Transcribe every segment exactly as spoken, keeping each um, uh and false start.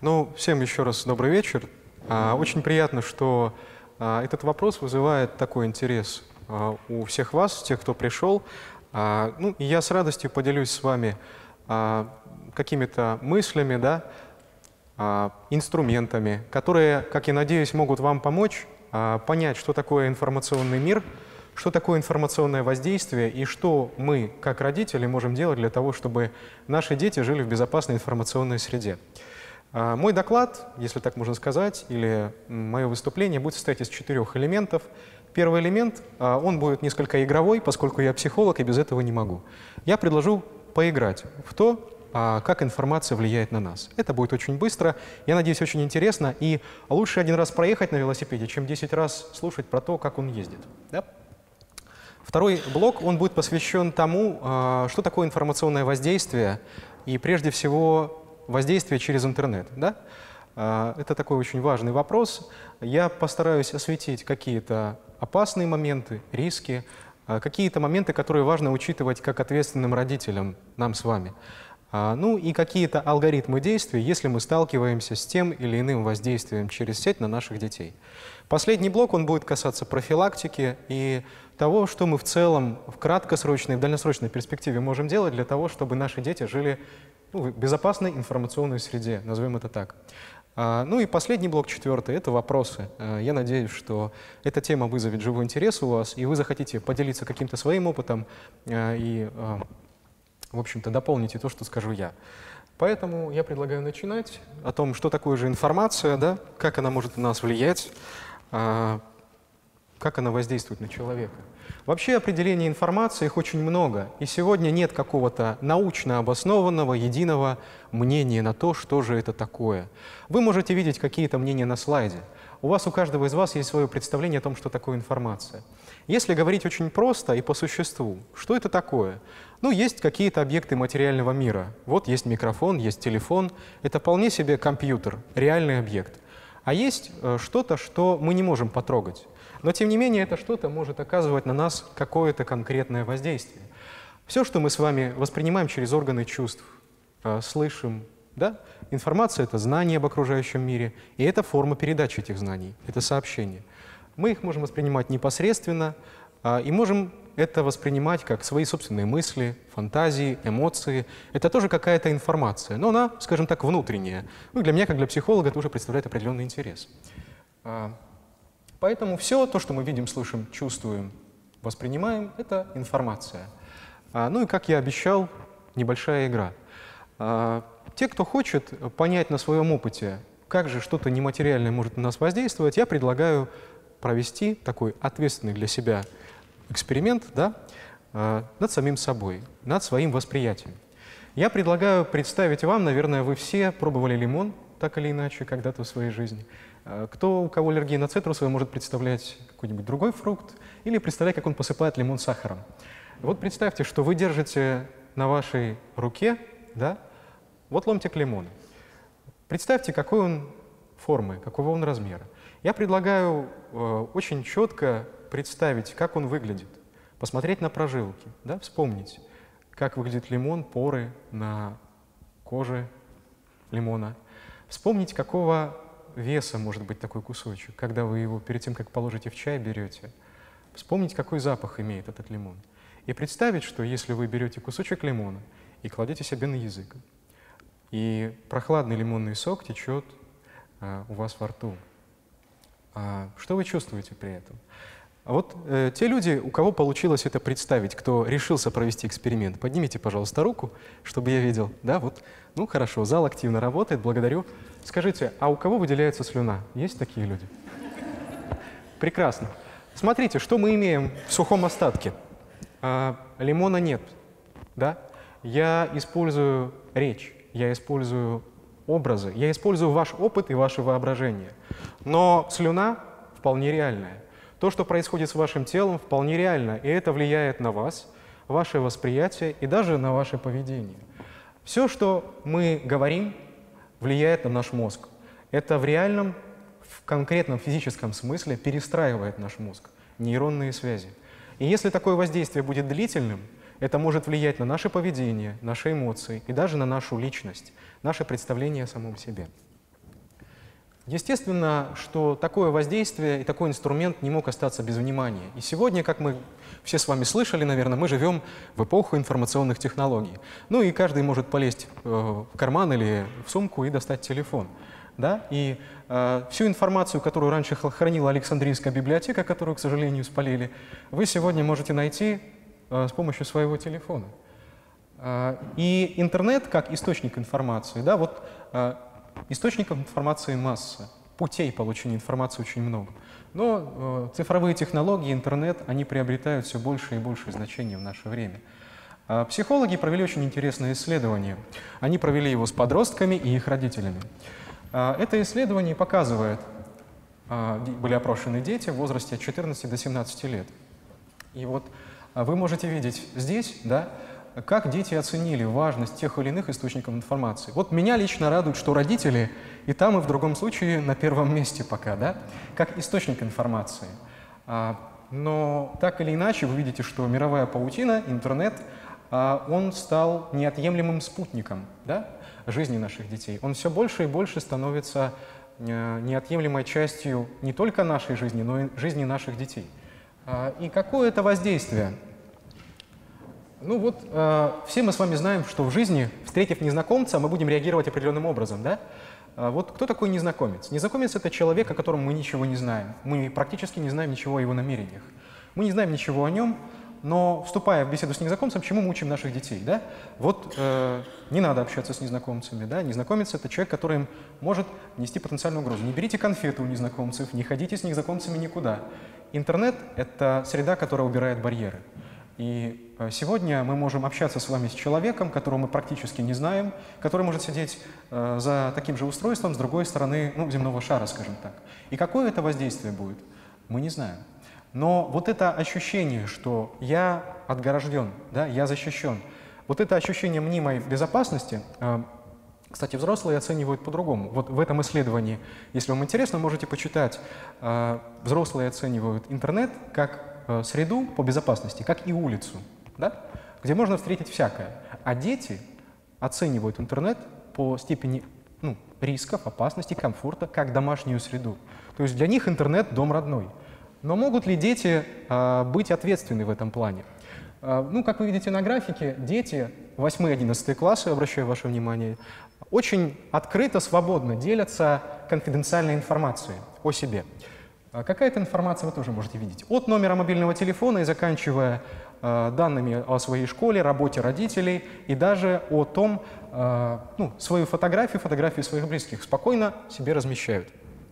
Ну, всем еще раз добрый вечер. А, Очень приятно, что а, этот вопрос вызывает такой интерес а, у всех вас, тех, кто пришел. А, Ну, и я с радостью поделюсь с вами а, какими-то мыслями, да, а, инструментами, которые, как я надеюсь, могут вам помочь а, понять, что такое информационный мир, что такое информационное воздействие и что мы, как родители, можем делать для того, чтобы наши дети жили в безопасной информационной среде. А, Мой доклад, если так можно сказать, или мое выступление будет состоять из четырех элементов. Первый элемент, а, он будет несколько игровой, поскольку я психолог и без этого не могу. Я предложу поиграть в то, а, как информация влияет на нас. Это будет очень быстро, я надеюсь, очень интересно. И лучше один раз проехать на велосипеде, чем десять раз слушать про то, как он ездит. Да? Второй блок, он будет посвящен тому, а, что такое информационное воздействие, и прежде всего воздействие через интернет. Да? А, Это такой очень важный вопрос. Я постараюсь осветить какие-то опасные моменты, риски, а, какие-то моменты, которые важно учитывать как ответственным родителям, нам с вами. А, Ну и какие-то алгоритмы действий, если мы сталкиваемся с тем или иным воздействием через сеть на наших детей. Последний блок, он будет касаться профилактики и того, что мы в целом в краткосрочной и в дальносрочной перспективе можем делать для того, чтобы наши дети жили ну, в безопасной информационной среде, назовем это так. А, Ну и последний блок, четвертый, это вопросы. А, Я надеюсь, что эта тема вызовет живой интерес у вас, и вы захотите поделиться каким-то своим опытом а, и, а, в общем-то, дополните то, что скажу я. Поэтому я предлагаю начинать о том, что такое же информация, да, как она может на нас влиять, а, как она воздействует на человека. Вообще определений информации, их очень много, и сегодня нет какого-то научно обоснованного, единого мнения на то, что же это такое. Вы можете видеть какие-то мнения на слайде. У вас, у каждого из вас есть свое представление о том, что такое информация. Если говорить очень просто и по существу, что это такое? Ну, есть какие-то объекты материального мира. Вот есть микрофон, есть телефон. Это вполне себе компьютер, реальный объект. А есть э, что-то, что мы не можем потрогать. Но, тем не менее, это что-то может оказывать на нас какое-то конкретное воздействие. Все, что мы с вами воспринимаем через органы чувств, э, слышим, да? Информация — это знание об окружающем мире, и это форма передачи этих знаний, это сообщение. Мы их можем воспринимать непосредственно, э, и можем это воспринимать как свои собственные мысли, фантазии, эмоции. Это тоже какая-то информация, но она, скажем так, внутренняя. Ну, для меня, как для психолога, это уже представляет определенный интерес. Поэтому все то, что мы видим, слышим, чувствуем, воспринимаем, это информация. Ну и, как я обещал, небольшая игра. Те, кто хочет понять на своем опыте, как же что-то нематериальное может на нас воздействовать, я предлагаю провести такой ответственный для себя эксперимент, да, над самим собой, над своим восприятием. Я предлагаю представить вам, наверное, вы все пробовали лимон, так или иначе, когда-то в своей жизни. Кто, у кого аллергия на цитрусовые, может представлять какой-нибудь другой фрукт или представлять, как он посыпает лимон сахаром. Вот представьте, что вы держите на вашей руке, да, вот ломтик лимона. Представьте, какой он формы, какого он размера. Я предлагаю э, очень четко представить, как он выглядит, посмотреть на прожилки, да, вспомнить, как выглядит лимон, поры на коже лимона. Вспомнить, какого веса может быть такой кусочек, когда вы его перед тем, как положите в чай, берете. Вспомнить, какой запах имеет этот лимон. И представить, что если вы берете кусочек лимона и кладете себе на язык, и прохладный лимонный сок течет а, у вас во рту, а, что вы чувствуете при этом? А вот э, те люди, у кого получилось это представить, кто решился провести эксперимент, поднимите, пожалуйста, руку, чтобы я видел. Да, вот. Ну, хорошо, зал активно работает, благодарю. Скажите, а у кого выделяется слюна? Есть такие люди? Прекрасно. Смотрите, что мы имеем в сухом остатке. А, лимона нет, да? Я использую речь, я использую образы, я использую ваш опыт и ваше воображение. Но слюна вполне реальная. То, что происходит с вашим телом, вполне реально, и это влияет на вас, ваше восприятие и даже на ваше поведение. Все, что мы говорим, влияет на наш мозг. Это в реальном, в конкретном физическом смысле перестраивает наш мозг, нейронные связи. И если такое воздействие будет длительным, это может влиять на наше поведение, наши эмоции и даже на нашу личность, наше представление о самом себе. Естественно, что такое воздействие и такой инструмент не мог остаться без внимания. И сегодня, как мы все с вами слышали, наверное, мы живем в эпоху информационных технологий. Ну и каждый может полезть в карман или в сумку и достать телефон. Да? И э, всю информацию, которую раньше хранила Александрийская библиотека, которую, к сожалению, спалили, вы сегодня можете найти э, с помощью своего телефона. Э, и интернет как источник информации, да, вот э, источников информации масса, путей получения информации очень много. Но э, цифровые технологии, интернет, они приобретают все больше и больше значения в наше время. Э, психологи провели очень интересное исследование. Они провели его с подростками и их родителями. Э, это исследование показывает, э, были опрошены дети в возрасте от четырнадцати до семнадцати лет. И вот э, вы можете видеть здесь, да, как дети оценили важность тех или иных источников информации. Вот меня лично радует, что родители и там, и в другом случае на первом месте пока, да, как источник информации. А, но так или иначе вы видите, что мировая паутина, интернет, а, он стал неотъемлемым спутником, да, жизни наших детей. Он все больше и больше становится а, неотъемлемой частью не только нашей жизни, но и жизни наших детей. А, и какое это воздействие? Ну вот, э, все мы с вами знаем, что в жизни, встретив незнакомца, мы будем реагировать определенным образом, да? Э, вот кто такой незнакомец? Незнакомец — это человек, о котором мы ничего не знаем. Мы практически не знаем ничего о его намерениях. Мы не знаем ничего о нем, но, вступая в беседу с незнакомцем, чему мы учим наших детей, да? Вот э, не надо общаться с незнакомцами, да? Незнакомец — это человек, который им может нести потенциальную угрозу. Не берите конфеты у незнакомцев, не ходите с незнакомцами никуда. Интернет — это среда, которая убирает барьеры. И сегодня мы можем общаться с вами с человеком, которого мы практически не знаем, который может сидеть э, за таким же устройством с другой стороны, ну, земного шара, скажем так. И какое это воздействие будет, мы не знаем. Но вот это ощущение, что я отгорожден, да, я защищен, вот это ощущение мнимой безопасности, э, кстати, взрослые оценивают по-другому. Вот в этом исследовании, если вам интересно, можете почитать, э, взрослые оценивают интернет как среду по безопасности, как и улицу, да, где можно встретить всякое. А дети оценивают интернет по степени ну, рисков, опасности, комфорта, как домашнюю среду. То есть для них интернет — дом родной. Но могут ли дети а, быть ответственны в этом плане? А, ну, как вы видите на графике, дети восьмой-одиннадцатый классы, обращаю ваше внимание, очень открыто, свободно делятся конфиденциальной информацией о себе. Какая-то информация вы тоже можете видеть. От номера мобильного телефона и заканчивая э, данными о своей школе, работе родителей и даже о том, э, ну, свою фотографию, фотографии своих близких спокойно себе размещают.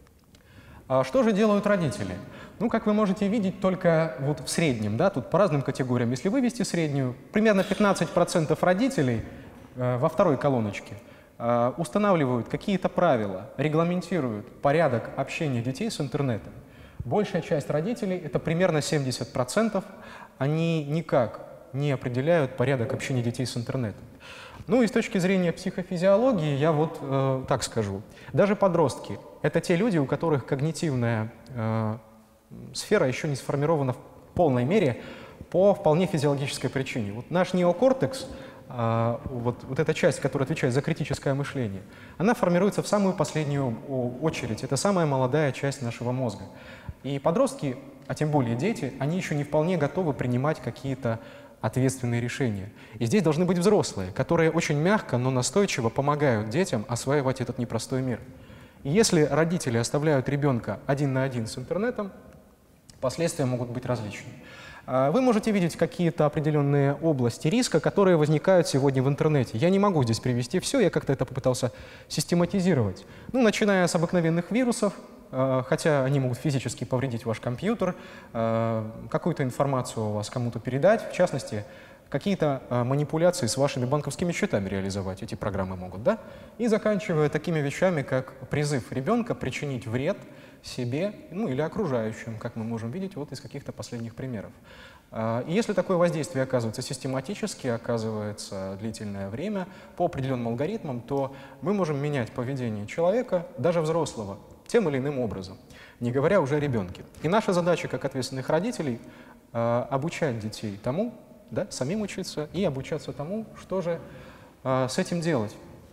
А что же делают родители? Ну, как вы можете видеть, только вот в среднем, да, тут по разным категориям. Если вывести среднюю, примерно пятнадцать процентов родителей э, во второй колоночке э, устанавливают какие-то правила, регламентируют порядок общения детей с интернетом. Большая часть родителей, это примерно семьдесят процентов, они никак не определяют порядок общения детей с интернетом. Ну и с точки зрения психофизиологии я вот э, так скажу. Даже подростки — это те люди, у которых когнитивная э, сфера еще не сформирована в полной мере по вполне физиологической причине. Вот наш неокортекс, э, вот, вот эта часть, которая отвечает за критическое мышление, она формируется в самую последнюю очередь. Это самая молодая часть нашего мозга. И подростки, а тем более дети, они еще не вполне готовы принимать какие-то ответственные решения. И здесь должны быть взрослые, которые очень мягко, но настойчиво помогают детям осваивать этот непростой мир. И если родители оставляют ребенка один на один с интернетом, последствия могут быть различны. Вы можете видеть какие-то определенные области риска, которые возникают сегодня в интернете. Я не могу здесь привести все, я как-то это попытался систематизировать. Ну, начиная с обыкновенных вирусов, хотя они могут физически повредить ваш компьютер, какую-то информацию у вас кому-то передать, в частности, какие-то манипуляции с вашими банковскими счетами реализовать эти программы могут, да? И заканчивая такими вещами, как призыв ребенка причинить вред себе, ну или окружающим, как мы можем видеть вот из каких-то последних примеров. И если такое воздействие оказывается систематически, оказывается длительное время по определенным алгоритмам, то мы можем менять поведение человека, даже взрослого, тем или иным образом, не говоря уже о ребенке. И наша задача, как ответственных родителей, обучать детей тому, да, самим учиться и обучаться тому, что же с этим делать.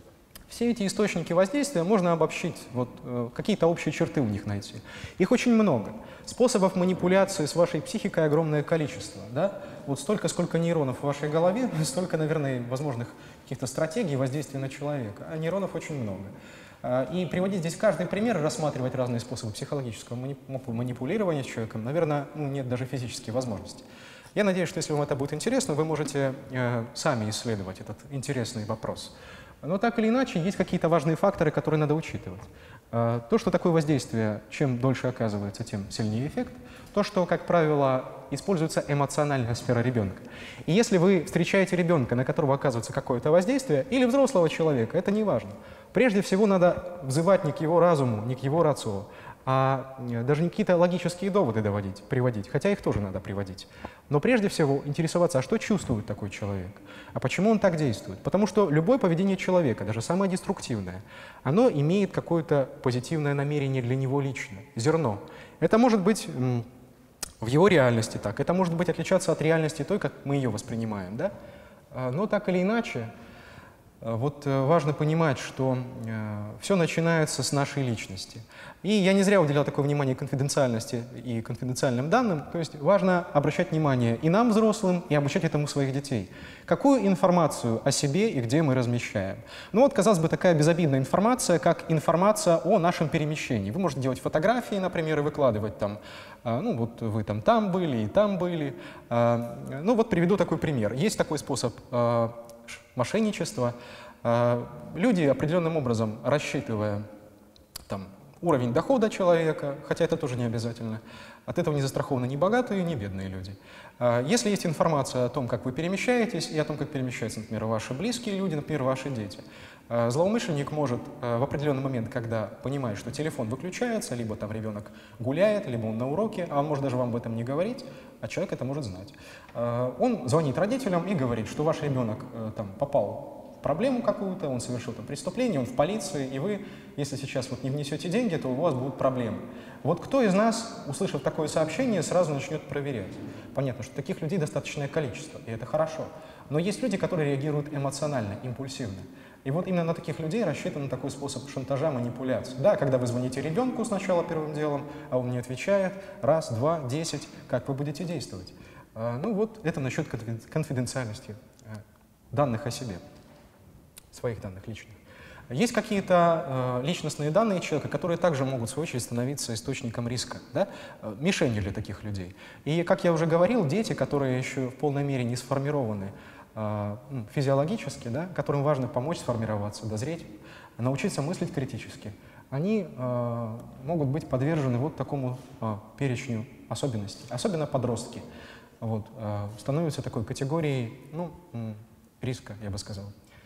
Все эти источники воздействия можно обобщить, вот, э, какие-то общие черты у них найти. Их очень много. Способов манипуляции с вашей психикой огромное количество. Да? Вот столько, сколько нейронов в вашей голове, столько, наверное, возможных каких-то стратегий воздействия на человека. А нейронов очень много. И приводить здесь каждый пример, рассматривать разные способы психологического манипулирования с человеком, наверное, ну, нет даже физической возможности. Я надеюсь, что если вам это будет интересно, вы можете э, сами исследовать этот интересный вопрос. Но так или иначе, есть какие-то важные факторы, которые надо учитывать. Э, то, что такое воздействие, чем дольше оказывается, тем сильнее эффект. То, что, как правило, используется эмоциональная сфера ребенка. И если вы встречаете ребенка, на которого оказывается какое-то воздействие, или взрослого человека, это не важно. Прежде всего надо взывать не к его разуму, не к его рацио, а даже не какие-то логические доводы доводить, приводить, хотя их тоже надо приводить. Но прежде всего интересоваться, а что чувствует такой человек, а почему он так действует. Потому что любое поведение человека, даже самое деструктивное, оно имеет какое-то позитивное намерение для него лично, зерно. Это может быть в его реальности так, это может быть отличаться от реальности той, как мы ее воспринимаем, да? Но так или иначе, вот важно понимать, что все начинается с нашей личности. И я не зря уделял такое внимание конфиденциальности и конфиденциальным данным. То есть важно обращать внимание и нам, взрослым, и обучать этому своих детей. Какую информацию о себе и где мы размещаем? Ну вот, казалось бы, такая безобидная информация, как информация о нашем перемещении. Вы можете делать фотографии, например, и выкладывать там, ну вот вы там там были и там были. Ну вот приведу такой пример. Есть такой способ мошенничества. Люди определенным образом, рассчитывая там, уровень дохода человека, хотя это тоже не обязательно, от этого не застрахованы ни богатые, ни бедные люди. Если есть информация о том, как вы перемещаетесь, и о том, как перемещаются, например, ваши близкие люди, например, ваши дети, злоумышленник может в определенный момент, когда понимает, что телефон выключается, либо там ребенок гуляет, либо он на уроке, а он может даже вам об этом не говорить, а человек это может знать. Он звонит родителям и говорит, что ваш ребенок там попал в проблему какую-то, он совершил там преступление, он в полиции, и вы, если сейчас вот не внесете деньги, то у вас будут проблемы. Вот кто из нас, услышав такое сообщение, сразу начнет проверять? Понятно, что таких людей достаточное количество, и это хорошо. Но есть люди, которые реагируют эмоционально, импульсивно. И вот именно на таких людей рассчитан такой способ шантажа, манипуляции. Да, когда вы звоните ребенку сначала первым делом, а он не отвечает, раз, два, десять, как вы будете действовать? Ну вот это насчет конфиденциальности данных о себе, своих данных личных. Есть какие-то э, личностные данные человека, которые также могут, в свою очередь, становиться источником риска, да? Мишенью для таких людей. И, как я уже говорил, дети, которые еще в полной мере не сформированы э, физиологически, да, которым важно помочь сформироваться, дозреть, научиться мыслить критически, они э, могут быть подвержены вот такому э, перечню особенностей. Особенно подростки вот, э, становятся такой категорией ну, риска, я бы сказал.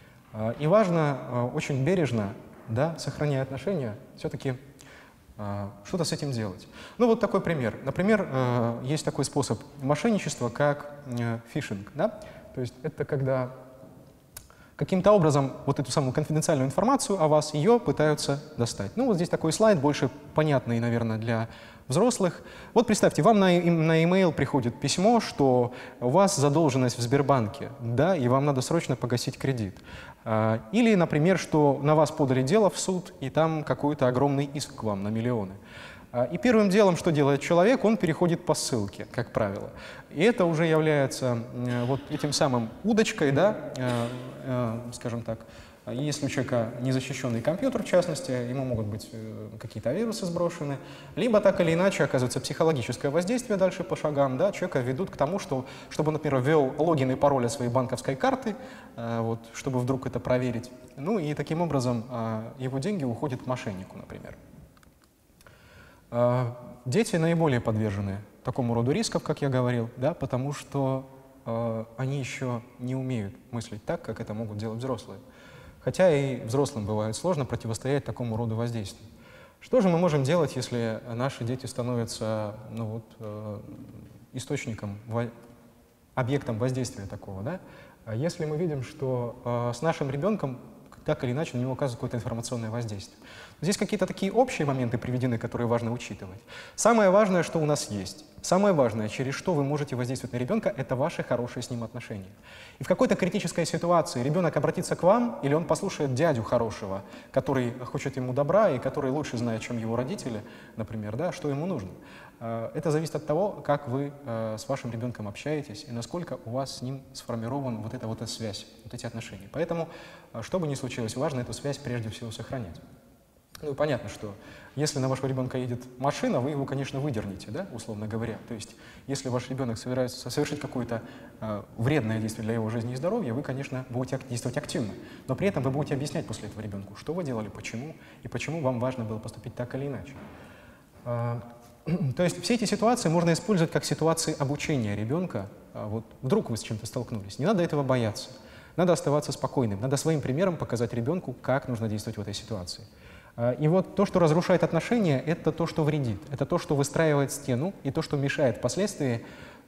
И важно очень бережно, да, сохраняя отношения, все-таки что-то с этим делать. Ну вот такой пример. Например, есть такой способ мошенничества, как фишинг. Да? То есть это когда каким-то образом вот эту самую конфиденциальную информацию о вас, ее пытаются достать. Ну вот здесь такой слайд, больше понятный, наверное, для взрослых. Вот представьте, вам на, на e-mail приходит письмо, что у вас задолженность в Сбербанке, да, и вам надо срочно погасить кредит. Или, например, что на вас подали дело в суд, и там какой-то огромный иск к вам на миллионы. И первым делом, что делает человек, он переходит по ссылке, как правило. И это уже является вот этим самым удочкой, да, скажем так. Если у человека незащищенный компьютер, в частности, ему могут быть какие-то вирусы сброшены, либо так или иначе оказывается психологическое воздействие дальше по шагам, да, человека ведут к тому, что, чтобы, например, ввел логин и пароль от своей банковской карты, вот, чтобы вдруг это проверить. Ну и таким образом его деньги уходят к мошеннику, например. Дети наиболее подвержены такому роду рисков, как я говорил, да, потому что они еще не умеют мыслить так, как это могут делать взрослые. Хотя и взрослым бывает сложно противостоять такому роду воздействию. Что же мы можем делать, если наши дети становятся ну, вот, э, источником, во... объектом воздействия такого? Да? Если мы видим, что э, с нашим ребенком так или иначе на него оказывает какое-то информационное воздействие. Здесь какие-то такие общие моменты приведены, которые важно учитывать. Самое важное, что у нас есть, самое важное, через что вы можете воздействовать на ребенка, это ваши хорошие с ним отношения. И в какой-то критической ситуации ребенок обратится к вам, или он послушает дядю хорошего, который хочет ему добра и который лучше знает, чем его родители, например, да, что ему нужно. Это зависит от того, как вы с вашим ребенком общаетесь и насколько у вас с ним сформирована вот эта вот эта связь, вот эти отношения. Поэтому, что бы ни случилось, важно эту связь прежде всего сохранять. Ну, понятно, что если на вашего ребенка едет машина, вы его, конечно, выдернете, да, условно говоря. То есть, если ваш ребенок собирается совершить какое-то э, вредное действие для его жизни и здоровья, вы, конечно, будете действовать активно. Но при этом вы будете объяснять после этого ребенку, что вы делали, почему, и почему вам важно было поступить так или иначе. Э, то есть, все эти ситуации можно использовать как ситуации обучения ребенка. Э, вот вдруг вы с чем-то столкнулись. Не надо этого бояться. Надо оставаться спокойным. Надо своим примером показать ребенку, как нужно действовать в этой ситуации. И вот то, что разрушает отношения, это то, что вредит, это то, что выстраивает стену, и то, что мешает впоследствии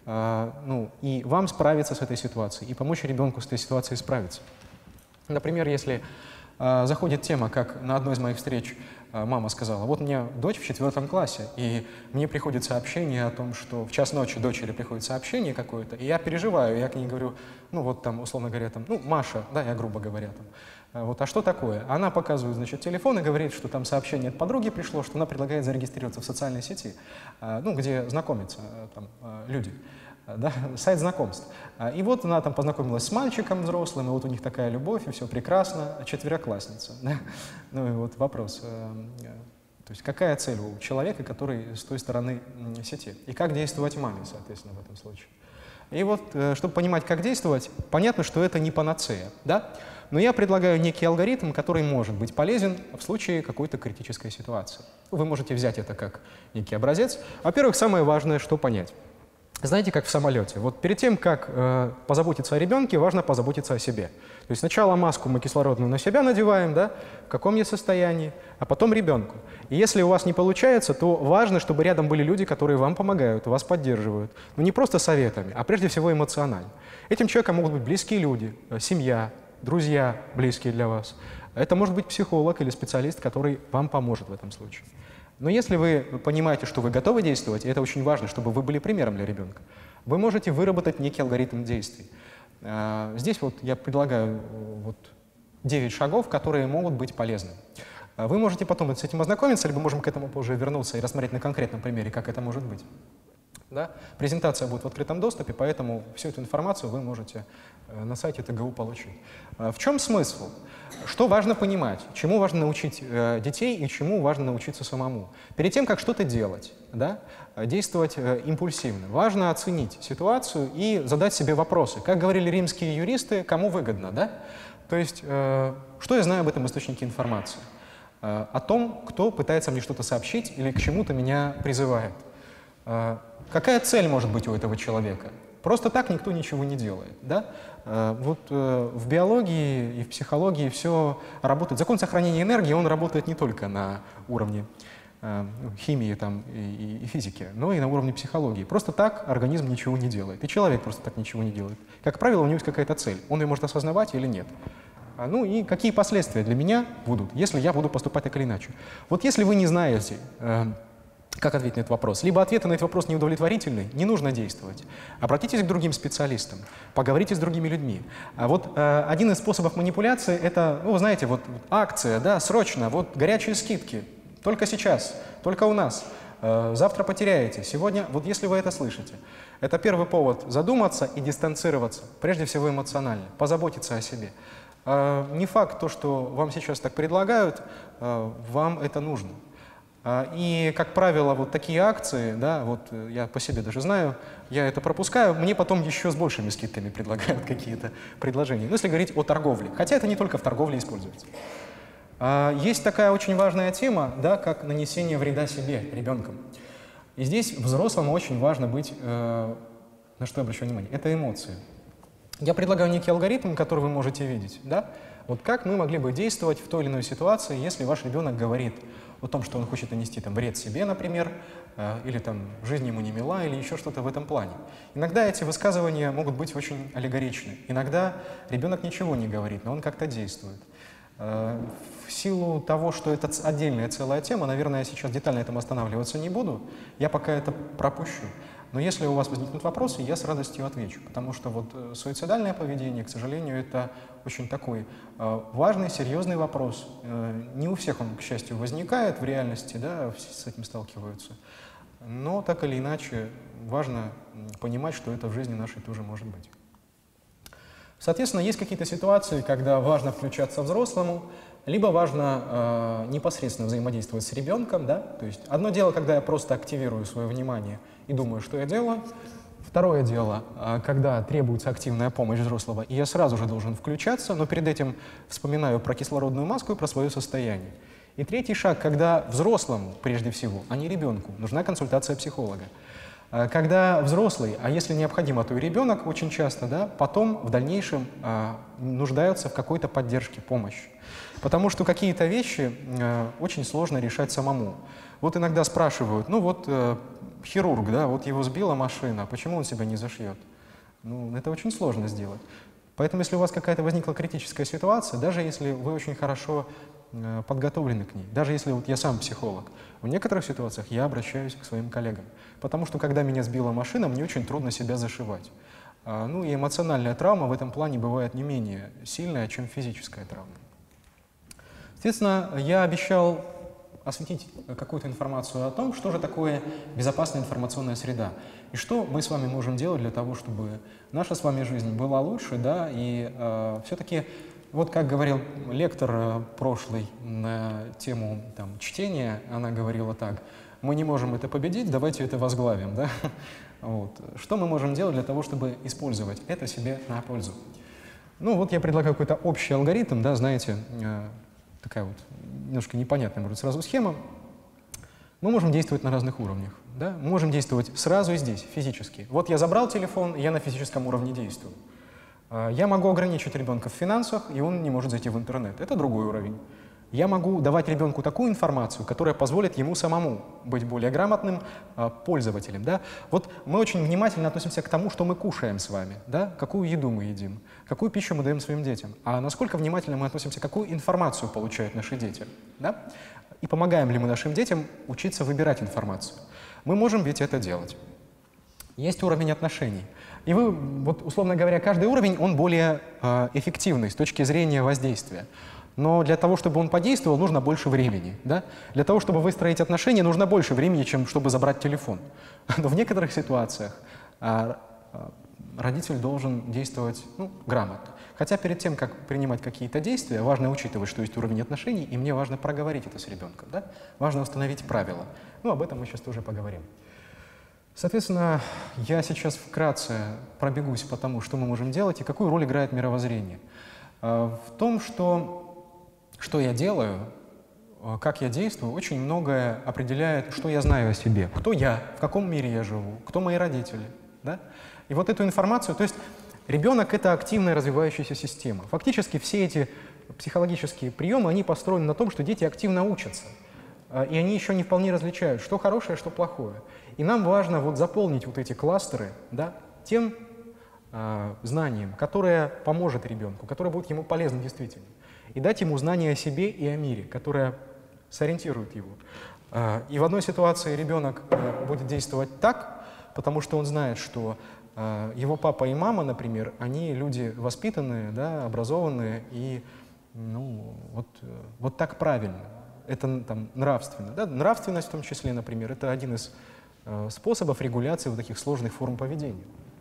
ну, и вам справиться с этой ситуацией, и помочь ребенку с этой ситуацией справиться. Например, если заходит тема, как на одной из моих встреч мама сказала, вот у меня дочь в четвертом классе, и мне приходит сообщение о том, что в час ночи дочери приходит сообщение какое-то, и я переживаю, я к ней говорю, ну вот там, условно говоря, там, ну, Маша, да, я грубо говоря, там, вот, а что такое? Она показывает, значит, телефон и говорит, что там сообщение от подруги пришло, что она предлагает зарегистрироваться в социальной сети, ну, где знакомятся там люди, да, сайт знакомств. И вот она там познакомилась с мальчиком взрослым, и вот у них такая любовь, и все прекрасно, четвероклассница. Да? Ну и вот вопрос, то есть какая цель у человека, который с той стороны сети, и как действовать маме, соответственно, в этом случае. И вот, чтобы понимать, как действовать, понятно, что это не панацея, да? Но я предлагаю некий алгоритм, который может быть полезен в случае какой-то критической ситуации. Вы можете взять это как некий образец. Во-первых, самое важное, что понять. Знаете, как в самолете. Вот перед тем, как э, позаботиться о ребенке, важно позаботиться о себе. То есть сначала маску мы кислородную на себя надеваем, да, в каком я состоянии, а потом ребенку. И если у вас не получается, то важно, чтобы рядом были люди, которые вам помогают, вас поддерживают. Но не просто советами, а прежде всего эмоционально. Этим человеком могут быть близкие люди, семья, друзья, близкие для вас. Это может быть психолог или специалист, который вам поможет в этом случае. Но если вы понимаете, что вы готовы действовать, и это очень важно, чтобы вы были примером для ребенка, вы можете выработать некий алгоритм действий. Здесь вот я предлагаю вот девять шагов, которые могут быть полезны. Вы можете потом с этим ознакомиться, либо можем к этому позже вернуться и рассмотреть на конкретном примере, как это может быть. Да? Презентация будет в открытом доступе, поэтому всю эту информацию вы можете на сайте ТГУ получить. В чем смысл? Что важно понимать? Чему важно научить э, детей и чему важно научиться самому? Перед тем, как что-то делать, да, действовать э, импульсивно, важно оценить ситуацию и задать себе вопросы. Как говорили римские юристы, кому выгодно, да? То есть, э, что я знаю об этом источнике информации? Э, о том, кто пытается мне что-то сообщить или к чему-то меня призывает. Э, какая цель может быть у этого человека? Просто так никто ничего не делает. Да? Вот в биологии и в психологии все работает. Закон сохранения энергии, он работает не только на уровне химии там, и, и физики, но и на уровне психологии. Просто так организм ничего не делает. И человек просто так ничего не делает. Как правило, у него есть какая-то цель. Он ее может осознавать или нет. Ну и какие последствия для меня будут, если я буду поступать так или иначе. Вот если вы не знаете, как ответить на этот вопрос? Либо ответы на этот вопрос неудовлетворительны, не нужно действовать. Обратитесь к другим специалистам, поговорите с другими людьми. А вот э, один из способов манипуляции – это, ну, знаете, вот акция, да, срочно, вот горячие скидки, только сейчас, только у нас. Э, завтра потеряете, сегодня, вот если вы это слышите. Это первый повод задуматься и дистанцироваться, прежде всего эмоционально, позаботиться о себе. Э, не факт то, что вам сейчас так предлагают, э, вам это нужно. И, как правило, вот такие акции, да, вот я по себе даже знаю, я это пропускаю, мне потом еще с большими скидками предлагают какие-то предложения. Ну, если говорить о торговле, хотя это не только в торговле используется. Есть такая очень важная тема, да, как нанесение вреда себе, ребенком. И здесь взрослому очень важно быть, на что я обращаю внимание, это эмоции. Я предлагаю некий алгоритм, который вы можете видеть, да, вот как мы могли бы действовать в той или иной ситуации, если ваш ребенок говорит о том, что он хочет нанести там, вред себе, например, э, или там, жизнь ему не мила, или еще что-то в этом плане. Иногда эти высказывания могут быть очень аллегоричны. Иногда ребенок ничего не говорит, но он как-то действует. В силу того, что это отдельная целая тема, наверное, я сейчас детально этом останавливаться не буду, я пока это пропущу. Но если у вас возникнут вопросы, я с радостью отвечу, потому что вот суицидальное поведение, к сожалению, это очень такой э, важный, серьезный вопрос. Э, не у всех он, к счастью, возникает в реальности, да, все с этим сталкиваются. Но так или иначе важно понимать, что это в жизни нашей тоже может быть. Соответственно, есть какие-то ситуации, когда важно включаться взрослому, либо важно э, непосредственно взаимодействовать с ребенком, да? То есть одно дело, когда я просто активирую свое внимание и думаю, что я делаю. Второе дело, э, когда требуется активная помощь взрослого, и я сразу же должен включаться, но перед этим вспоминаю про кислородную маску и про свое состояние. И третий шаг, когда взрослому, прежде всего, а не ребенку, нужна консультация психолога. Когда взрослый, а если необходимо, то и ребенок очень часто, да, потом в дальнейшем э, нуждаются в какой-то поддержке, помощи. Потому что какие-то вещи э, очень сложно решать самому. Вот иногда спрашивают, ну вот э, хирург, да, вот его сбила машина, почему он себя не зашьет? Ну, это очень сложно сделать. Поэтому, если у вас какая-то возникла критическая ситуация, даже если вы очень хорошо э, подготовлены к ней, даже если вот я сам психолог, в некоторых ситуациях я обращаюсь к своим коллегам. Потому что, когда меня сбила машина, мне очень трудно себя зашивать. А, ну и эмоциональная травма в этом плане бывает не менее сильная, чем физическая травма. Соответственно, я обещал осветить какую-то информацию о том, что же такое безопасная информационная среда, и что мы с вами можем делать для того, чтобы наша с вами жизнь была лучше, да, и э, все-таки, вот как говорил лектор э, прошлый на тему там, чтения, она говорила так: мы не можем это победить, давайте это возглавим, да? Вот. Что мы можем делать для того, чтобы использовать это себе на пользу? Ну вот я предлагаю какой-то общий алгоритм, да, знаете, э, такая вот немножко непонятная, может, сразу схема. Мы можем действовать на разных уровнях. Да? Мы можем действовать сразу и здесь, физически. Вот я забрал телефон, я на физическом уровне действую. Я могу ограничить ребенка в финансах, и он не может зайти в интернет. Это другой уровень. Я могу давать ребенку такую информацию, которая позволит ему самому быть более грамотным э, пользователем. Да? Вот мы очень внимательно относимся к тому, что мы кушаем с вами, да? Какую еду мы едим, какую пищу мы даем своим детям, а насколько внимательно мы относимся, какую информацию получают наши дети. Да? И помогаем ли мы нашим детям учиться выбирать информацию. Мы можем ведь это делать. Есть уровень отношений. И вы, вот, условно говоря, каждый уровень, он более э, эффективный с точки зрения воздействия. Но для того, чтобы он подействовал, нужно больше времени. Да? Для того, чтобы выстроить отношения, нужно больше времени, чем чтобы забрать телефон. Но в некоторых ситуациях а, а, родитель должен действовать ну, грамотно. Хотя перед тем, как принимать какие-то действия, важно учитывать, что есть уровень отношений, и мне важно проговорить это с ребенком. Да? Важно установить правила. Ну, об этом мы сейчас тоже поговорим. Соответственно, я сейчас вкратце пробегусь по тому, что мы можем делать и какую роль играет мировоззрение. В том, что Что я делаю, как я действую, очень многое определяет, что я знаю о себе. Кто я, в каком мире я живу, кто мои родители. Да? И вот эту информацию, то есть ребенок — это активная развивающаяся система. Фактически все эти психологические приемы, они построены на том, что дети активно учатся. И они еще не вполне различают, что хорошее, что плохое. И нам важно вот заполнить вот эти кластеры, да, тем э, знанием, которое поможет ребенку, которое будет ему полезно действительно. И дать ему знание о себе и о мире, которое сориентирует его. И в одной ситуации ребенок будет действовать так, потому что он знает, что его папа и мама, например, они люди воспитанные, да, образованные, и ну, вот, вот так правильно. Это там, нравственно. Да? Нравственность в том числе, например, это один из способов регуляции вот таких сложных форм поведения.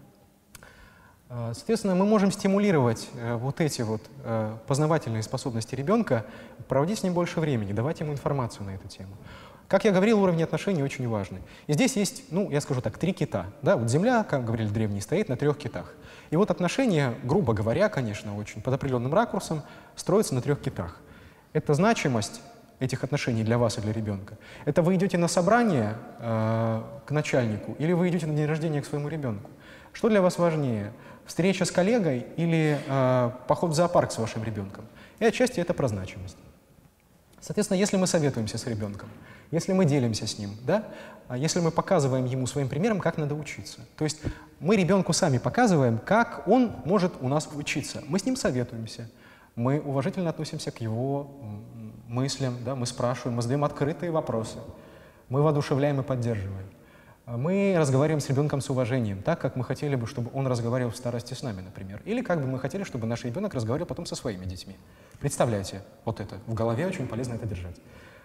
Соответственно, мы можем стимулировать э, вот эти вот э, познавательные способности ребенка, проводить с ним больше времени, давать ему информацию на эту тему. Как я говорил, уровень отношений очень важный. И здесь есть, ну, я скажу так, три кита. Да? Вот Земля, как говорили древние, стоит на трех китах. И вот отношения, грубо говоря, конечно, очень под определенным ракурсом, строятся на трех китах. Это значимость этих отношений для вас и для ребенка. Это вы идете на собрание э, к начальнику или вы идете на день рождения к своему ребенку. Что для вас важнее? Встреча с коллегой или э, поход в зоопарк с вашим ребенком? И отчасти это про значимость. Соответственно, если мы советуемся с ребенком, если мы делимся с ним, да, если мы показываем ему своим примером, как надо учиться. То есть мы ребенку сами показываем, как он может у нас учиться. Мы с ним советуемся. Мы уважительно относимся к его мыслям, да, мы спрашиваем, мы задаем открытые вопросы, мы воодушевляем и поддерживаем. Мы разговариваем с ребенком с уважением, так, как мы хотели бы, чтобы он разговаривал в старости с нами, например. Или как бы мы хотели, чтобы наш ребенок разговаривал потом со своими детьми. Представляете, вот это, в голове очень полезно это держать.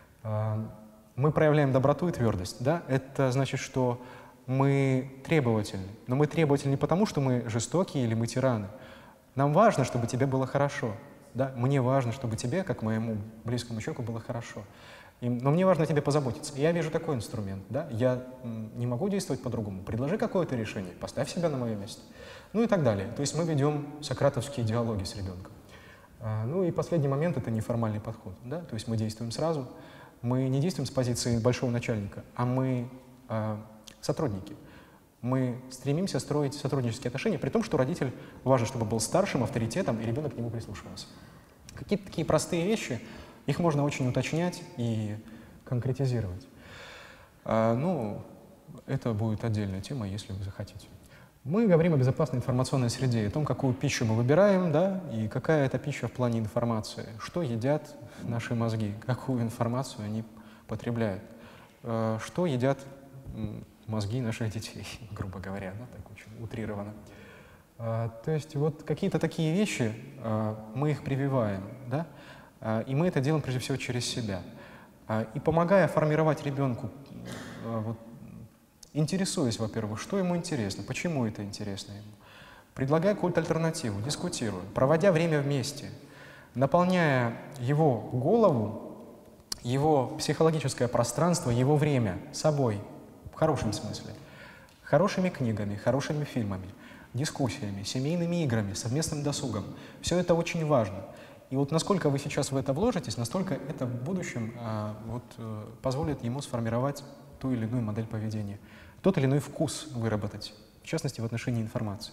Мы проявляем доброту и твердость, да, это значит, что мы требовательны. Но мы требовательны не потому, что мы жестокие или мы тираны. Нам важно, чтобы тебе было хорошо. Да? Мне важно, чтобы тебе, как моему близкому человеку, было хорошо. И, но мне важно о тебе позаботиться. И я вижу такой инструмент. Да? Я м, не могу действовать по-другому. Предложи какое-то решение, поставь себя на мое место. Ну и так далее. То есть мы ведем сократовские диалоги с ребенком. А, ну и последний момент — это неформальный подход. Да? То есть мы действуем сразу. Мы не действуем с позиции большого начальника, а мы а, сотрудники. Мы стремимся строить сотруднические отношения, при том, что родитель важно, чтобы был старшим, авторитетом, и ребенок к нему прислушивался. Какие-то такие простые вещи, их можно очень уточнять и конкретизировать. А, ну, это будет отдельная тема, если вы захотите. Мы говорим о безопасной информационной среде, о том, какую пищу мы выбираем, да, и какая это пища в плане информации, что едят наши мозги, какую информацию они потребляют, а, что едят мозги наших детей, грубо говоря, да, так очень утрированно. А, то есть вот какие-то такие вещи, а, мы их прививаем, да, а, и мы это делаем прежде всего через себя. А, и помогая формировать ребенку, а, вот, интересуясь, во-первых, что ему интересно, почему это интересно ему, предлагая какую-то альтернативу, дискутируя, проводя время вместе, наполняя его голову, его психологическое пространство, его время собой, в хорошем смысле, хорошими книгами, хорошими фильмами, дискуссиями, семейными играми, совместным досугом. Все это очень важно. И вот насколько вы сейчас в это вложитесь, настолько это в будущем а, вот, а, позволит ему сформировать ту или иную модель поведения, тот или иной вкус выработать, в частности, в отношении информации.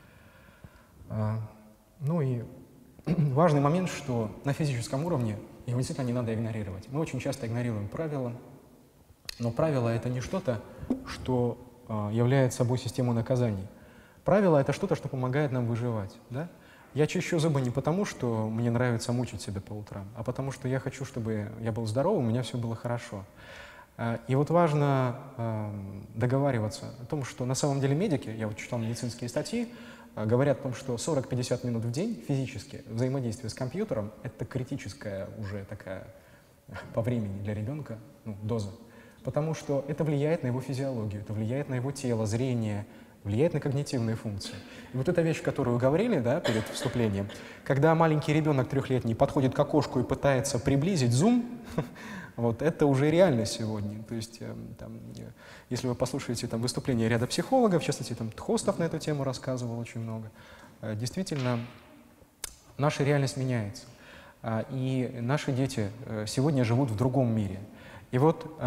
А, ну и важный момент, что на физическом уровне его действительно не надо игнорировать. Мы очень часто игнорируем правила, но правило — это не что-то, что а, является собой систему наказаний. Правило — это что-то, что помогает нам выживать. Да? Я чищу зубы не потому, что мне нравится мучить себя по утрам, а потому что я хочу, чтобы я был здоров, у меня все было хорошо. А, и вот важно а, договариваться о том, что на самом деле медики, я вот читал медицинские статьи, а, говорят о том, что сорок-пятьдесят минут в день физически взаимодействие с компьютером — это критическая уже такая по времени для ребенка ну, доза. Потому что это влияет на его физиологию, это влияет на его тело, зрение, влияет на когнитивные функции. И вот эта вещь, которую вы говорили, да, перед вступлением, когда маленький ребенок трехлетний подходит к окошку и пытается приблизить зум, вот это уже реально сегодня. То есть, там, если вы послушаете там, выступления ряда психологов, в частности, там, Тхостов на эту тему рассказывал очень много, действительно, наша реальность меняется. И наши дети сегодня живут в другом мире. И вот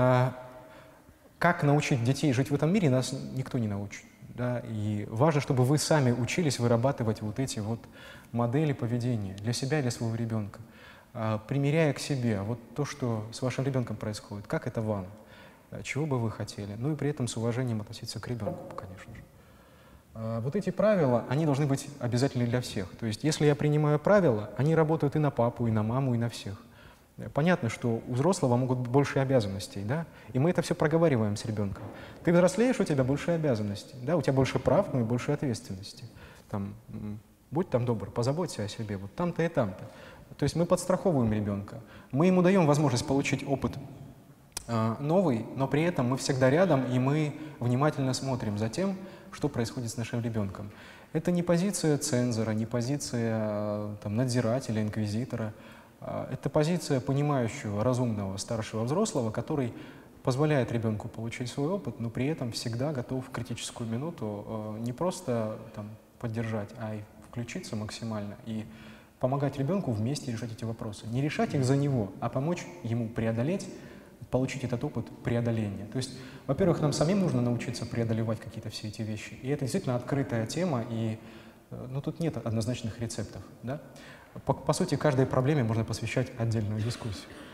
как научить детей жить в этом мире, нас никто не научит. Да? И важно, чтобы вы сами учились вырабатывать вот эти вот модели поведения для себя и для своего ребенка, примеряя к себе вот то, что с вашим ребенком происходит, как это вам, чего бы вы хотели, ну и при этом с уважением относиться к ребенку, конечно же. Вот эти правила, они должны быть обязательны для всех. То есть если я принимаю правила, они работают и на папу, и на маму, и на всех. Понятно, что у взрослого могут быть больше обязанностей, да? И мы это все проговариваем с ребенком. Ты взрослеешь, у тебя больше обязанностей, да? У тебя больше прав, но и больше ответственности. Там, будь там добр, позаботься о себе, вот там-то и там-то. То есть мы подстраховываем ребенка. Мы ему даем возможность получить опыт э, новый, но при этом мы всегда рядом, и мы внимательно смотрим за тем, что происходит с нашим ребенком. Это не позиция цензора, не позиция там, надзирателя, инквизитора. Это позиция понимающего, разумного, старшего взрослого, который позволяет ребенку получить свой опыт, но при этом всегда готов в критическую минуту не просто там, поддержать, а и включиться максимально и помогать ребенку вместе решать эти вопросы. Не решать их за него, а помочь ему преодолеть, получить этот опыт преодоления. То есть, во-первых, нам самим нужно научиться преодолевать какие-то все эти вещи. И это действительно открытая тема, и ну, тут нет однозначных рецептов. Да? По, по сути, каждой проблеме можно посвящать отдельную дискуссию.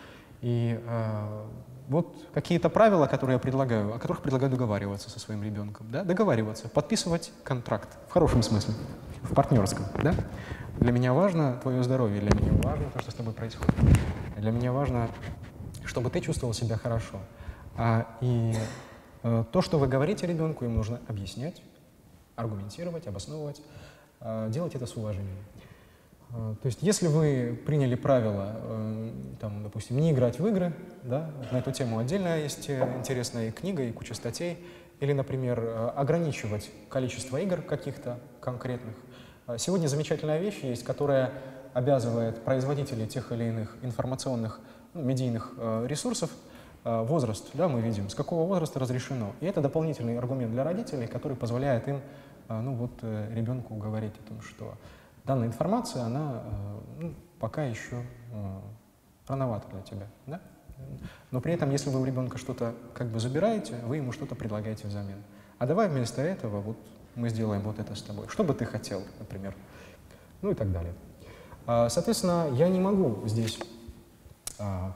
И э, вот какие-то правила, которые я предлагаю, о которых предлагаю договариваться со своим ребенком. Да? Договариваться, подписывать контракт, в хорошем смысле, в партнерском. Да? Для меня важно твое здоровье, для меня важно то, что с тобой происходит. Для меня важно, чтобы ты чувствовал себя хорошо. А, и э, то, что вы говорите ребенку, им нужно объяснять, аргументировать, обосновывать, э, делать это с уважением. Э, то есть, если вы приняли правило, э, там, допустим, не играть в игры, да, на эту тему отдельно есть интересная книга и куча статей, или, например, э, ограничивать количество игр каких-то конкретных. Сегодня замечательная вещь есть, которая обязывает производителей тех или иных информационных, ну, медийных э, ресурсов, э, возраст, да, мы видим, с какого возраста разрешено. И это дополнительный аргумент для родителей, который позволяет им, э, ну вот, э, ребенку говорить о том, что данная информация, она э, ну, пока еще э, рановата для тебя, да? Но при этом, если вы у ребенка что-то как бы забираете, вы ему что-то предлагаете взамен. А давай вместо этого вот мы сделаем вот это с тобой. Что бы ты хотел, например? Ну и так далее. Соответственно, я не могу здесь а,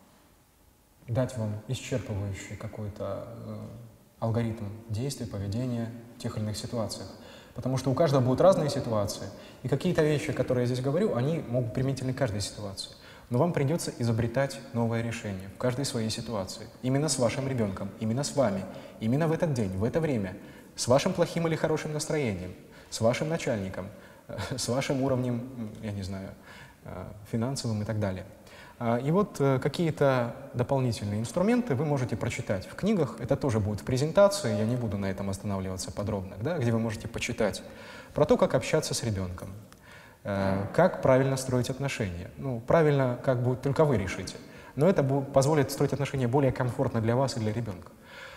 дать вам исчерпывающий какой-то э, алгоритм действий, поведения в тех или иных ситуациях. Потому что у каждого будут разные ситуации. И какие-то вещи, которые я здесь говорю, они могут применительны к каждой ситуации. Но вам придется изобретать новое решение в каждой своей ситуации. Именно с вашим ребенком, именно с вами, именно в этот день, в это время. С вашим плохим или хорошим настроением, с вашим начальником, с вашим уровнем, я не знаю, финансовым и так далее. И вот какие-то дополнительные инструменты вы можете прочитать в книгах. Это тоже будет в презентации, я не буду на этом останавливаться подробно, да, где вы можете почитать про то, как общаться с ребенком, как правильно строить отношения. Ну, правильно, как будет, только вы решите. Но это позволит строить отношения более комфортно для вас и для ребенка.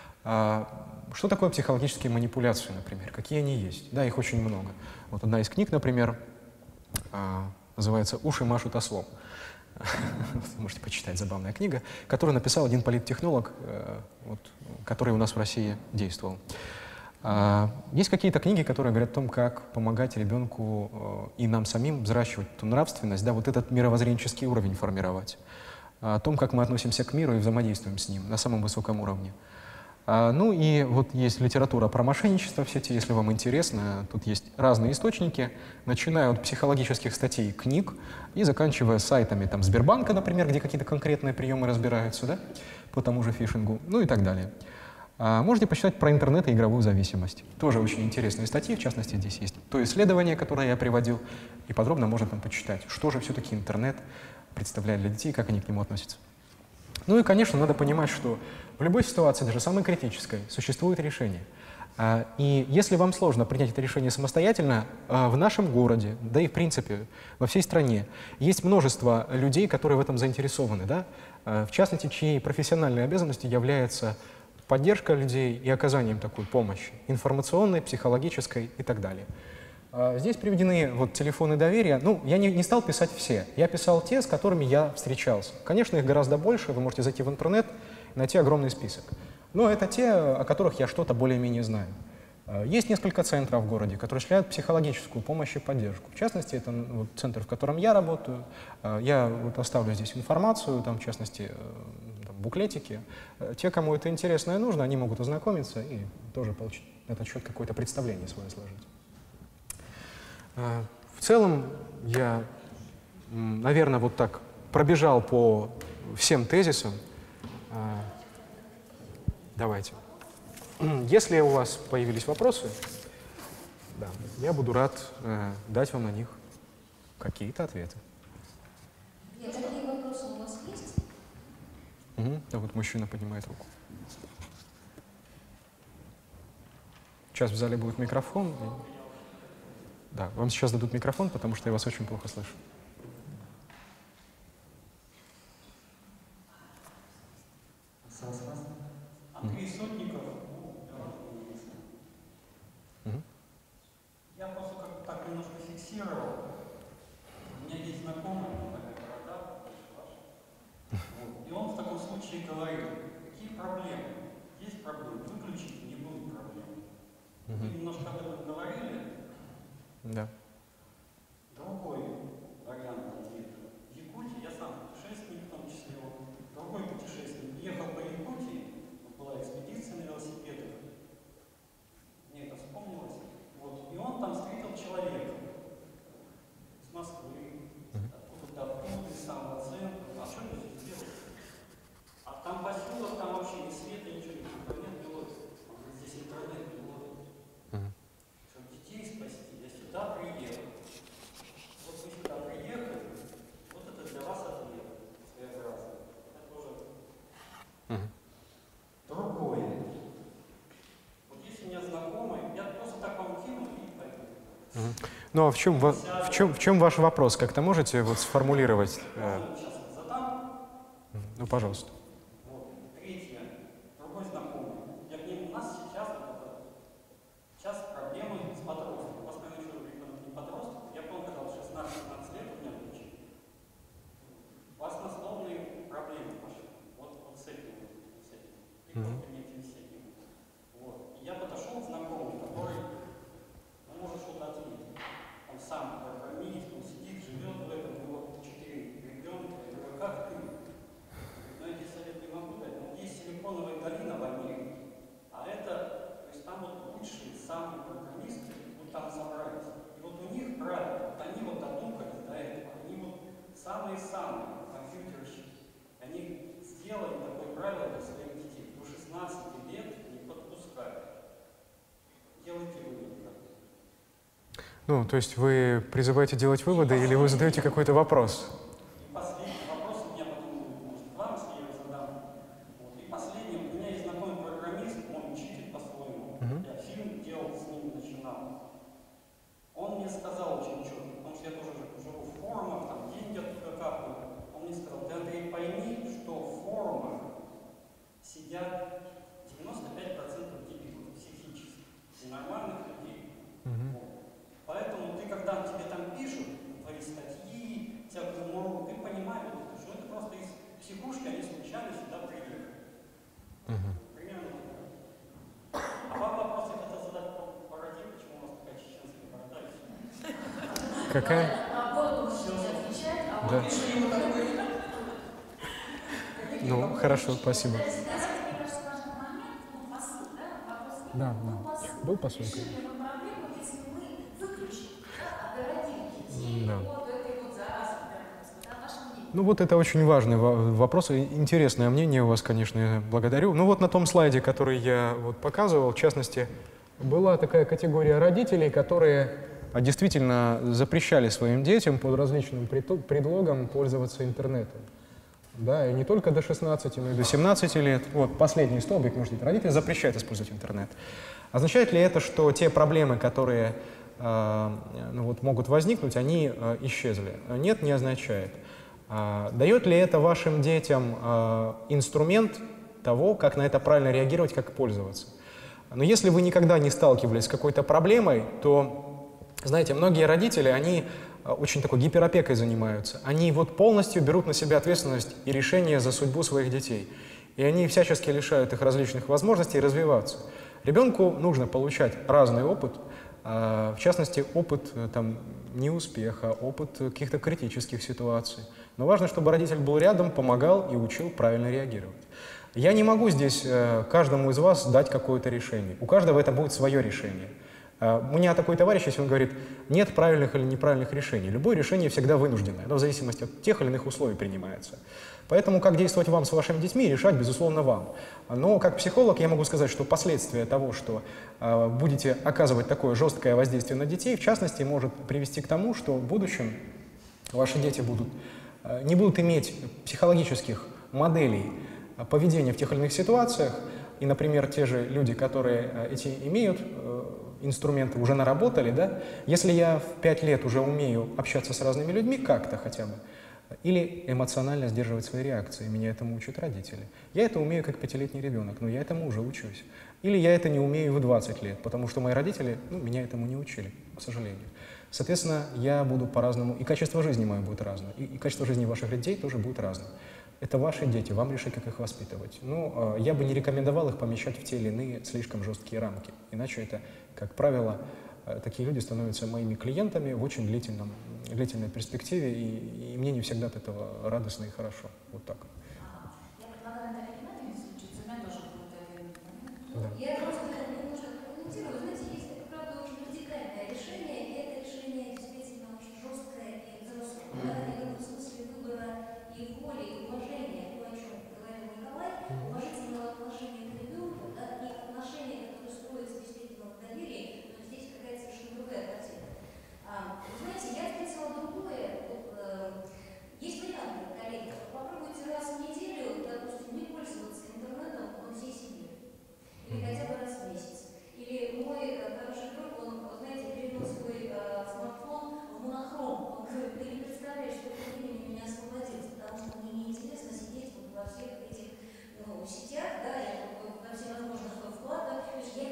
Что такое психологические манипуляции, например? Какие они есть? Да, их очень много. Вот одна из книг, например, называется «Уши машут ослом». Можете почитать, забавная книга, которую написал один политтехнолог, вот, который у нас в России действовал. Есть какие-то книги, которые говорят о том, как помогать ребенку и нам самим взращивать эту нравственность, да, вот этот мировоззренческий уровень формировать, о том, как мы относимся к миру и взаимодействуем с ним на самом высоком уровне. Ну и вот есть литература про мошенничество в сети, если вам интересно. Тут есть разные источники, начиная от психологических статей, книг и заканчивая сайтами там, Сбербанка, например, где какие-то конкретные приемы разбираются, да, по тому же фишингу, ну и так далее. А можете почитать про интернет и игровую зависимость. Тоже очень интересные статьи, в частности, здесь есть то исследование, которое я приводил, и подробно можно там почитать, что же все-таки интернет представляет для детей, как они к нему относятся. Ну и, конечно, надо понимать, что в любой ситуации, даже самой критической, существует решение. И если вам сложно принять это решение самостоятельно, в нашем городе, да и в принципе во всей стране, есть множество людей, которые в этом заинтересованы, да? В частности, чьей профессиональной обязанностью является поддержка людей и оказанием такой помощи, информационной, психологической и так далее. Здесь приведены вот телефоны доверия. Ну, я не, не стал писать все. Я писал те, с которыми я встречался. Конечно, их гораздо больше. Вы можете зайти в интернет и найти огромный список. Но это те, о которых я что-то более-менее знаю. Есть несколько центров в городе, которые осуществляют психологическую помощь и поддержку. В частности, это вот центр, в котором я работаю. Я вот оставлю здесь информацию, там, в частности, там, буклетики. Те, кому это интересно и нужно, они могут ознакомиться и тоже получить на этот счет какое-то представление свое сложить. В целом, я, наверное, вот так пробежал по всем тезисам. Давайте. Если у вас появились вопросы, да, я буду рад э, дать вам на них какие-то ответы. Нет, такие вопросы у вас есть? Угу. Да, вот мужчина поднимает руку. Сейчас в зале будет микрофон. Да, вам сейчас дадут микрофон, потому что я вас очень плохо слышу. Андрей Сотников. Угу. Я просто как-то так немножко фиксировал. У меня есть знакомый, такая борода, вот. И он в таком случае говорил, какие проблемы? Есть проблемы, выключите, не будет проблем. Угу. Вы немножко об этом говорили. Да. Другой вариант ответа. В Якутии, я сам путешественник, в том числе, вот, другой Ну а в чем, ва- в чем, в чем ваш вопрос? Как-то можете вот сформулировать? э, Можно сейчас задам. Ну, пожалуйста. Вот. Третье. Другой знакомый. Я к нему, у нас сейчас, вот это, сейчас проблемы с подростком. У вас, наверное, еще ребенок не подросток. Я помню, когда вот шестнадцать-семнадцать лет у меня дочь. У вас основные проблемы пошли. Вот, вот с этим. Вот с этим. И Мгм. просто не этим, с этим. Вот. И я подошел к знакомому, который, ну, может что-то ответить. Он сам программист, он сидит, живет в этом, у него четыре ребенка. Я говорю, как ты? Но я тебе совет не могу дать, но есть силиконовая долина в Америке, а это, то есть там вот лучшие, самые программисты вот там собрались. И вот у них правильно, вот они вот додумались до этого, они вот самые-самые компьютерщики. Они сделали такое правило для своих детей, до шестнадцати лет не подпускают. Делайте выводы. Ну, то есть вы призываете делать выводы или вы задаете какой-то вопрос? И последний вопрос у меня потом, может, к вам, если я его задам. Вот. И последний, у меня есть знакомый программист, он учитель по-своему. Мгм. Я фильм делал с ним, начинал. Он мне сказал очень четко, потому что я тоже живу в форумах, там деньги оттуда капают. Он мне сказал, ты, Андрей, пойми, что в форумах сидят девяносто пять процентов дебилов психически, ненормальных людей. Мгм. Вот. Поэтому ты, когда тебе там пишут, твои статьи, всякую мору, ты понимаешь, что это просто из психушки, они случайно сюда приехали. Мгм. Примерно так. А вам вопрос я хотел задать по бороде, почему у вас такая чеченская борода и все. Какая? А вот можете не отвечать, а Да. вот почему такой? Ну, хорошо, спасибо. Мне кажется, важный момент, ну, посыл, да, вопрос. Да, Ну, да. посыл. Был посыл, Решили мы проблему, если мы выключим, да, огородим детей Да. от этой вот заразы, да, ваше мнение. Ну вот это очень важный во- вопрос, и интересное мнение у вас, конечно, я благодарю. Ну вот на том слайде, который я вот показывал, в частности, была такая категория родителей, которые а, действительно запрещали своим детям под различным прито- предлогом пользоваться интернетом. Да, и не только до шестнадцати, но и до семнадцати лет. Вот последний столбик, может быть, родители запрещают использовать интернет. Означает ли это, что те проблемы, которые э, ну, вот, могут возникнуть, они э, исчезли? Нет, не означает. А, дает ли это вашим детям э, инструмент того, как на это правильно реагировать, как пользоваться? Но если вы никогда не сталкивались с какой-то проблемой, то, знаете, многие родители, они э, очень такой гиперопекой занимаются. Они вот полностью берут на себя ответственность и решение за судьбу своих детей. И они всячески лишают их различных возможностей развиваться. Ребенку нужно получать разный опыт, э, в частности, опыт э, там, неуспеха, опыт каких-то критических ситуаций. Но важно, чтобы родитель был рядом, помогал и учил правильно реагировать. Я не могу здесь э, каждому из вас дать какое-то решение. У каждого это будет свое решение. Э, у меня такой товарищ, если он говорит, нет правильных или неправильных решений. Любое решение всегда вынужденное, оно в зависимости от тех или иных условий принимается. Поэтому как действовать вам с вашими детьми, решать, безусловно, вам. Но как психолог я могу сказать, что последствия того, что э, будете оказывать такое жесткое воздействие на детей, в частности, может привести к тому, что в будущем ваши дети будут, э, не будут иметь психологических моделей э, поведения в тех или иных ситуациях. И, например, те же люди, которые э, эти имеют э, инструменты, уже наработали, да, если я в пять лет уже умею общаться с разными людьми как-то хотя бы, или эмоционально сдерживать свои реакции. Меня этому учат родители. Я это умею как пятилетний ребенок, но я этому уже учусь. Или я это не умею в двадцать лет, потому что мои родители ну, меня этому не учили, к сожалению. Соответственно, я буду по-разному, и качество жизни мое будет разное, и, и качество жизни ваших детей тоже будет разным. Это ваши дети, вам решить, как их воспитывать. Но э, я бы не рекомендовал их помещать в те или иные слишком жесткие рамки. Иначе это, как правило, такие люди становятся моими клиентами в очень длительном, длительной перспективе, и, и мне не всегда от этого радостно и хорошо. Вот так. Ага. Я предлагаю Наталье Геннадьевне случиться, у меня тоже будет один момент. Да. Я просто немножко комментирую. Знаете, есть, как правило, очень радикальное решение, и это решение действительно очень жесткое и взрослое. Да? И в смысле выбора и воли, и уважения, то, о чем говорил Николай, уважительного отношения к ребенку, да, и отношения, которые строятся действительно в доверии, но здесь какая-то совершенно другая картина. А, знаете, я встретила другое. Вот, э, есть варианты, коллеги. Попробуйте раз в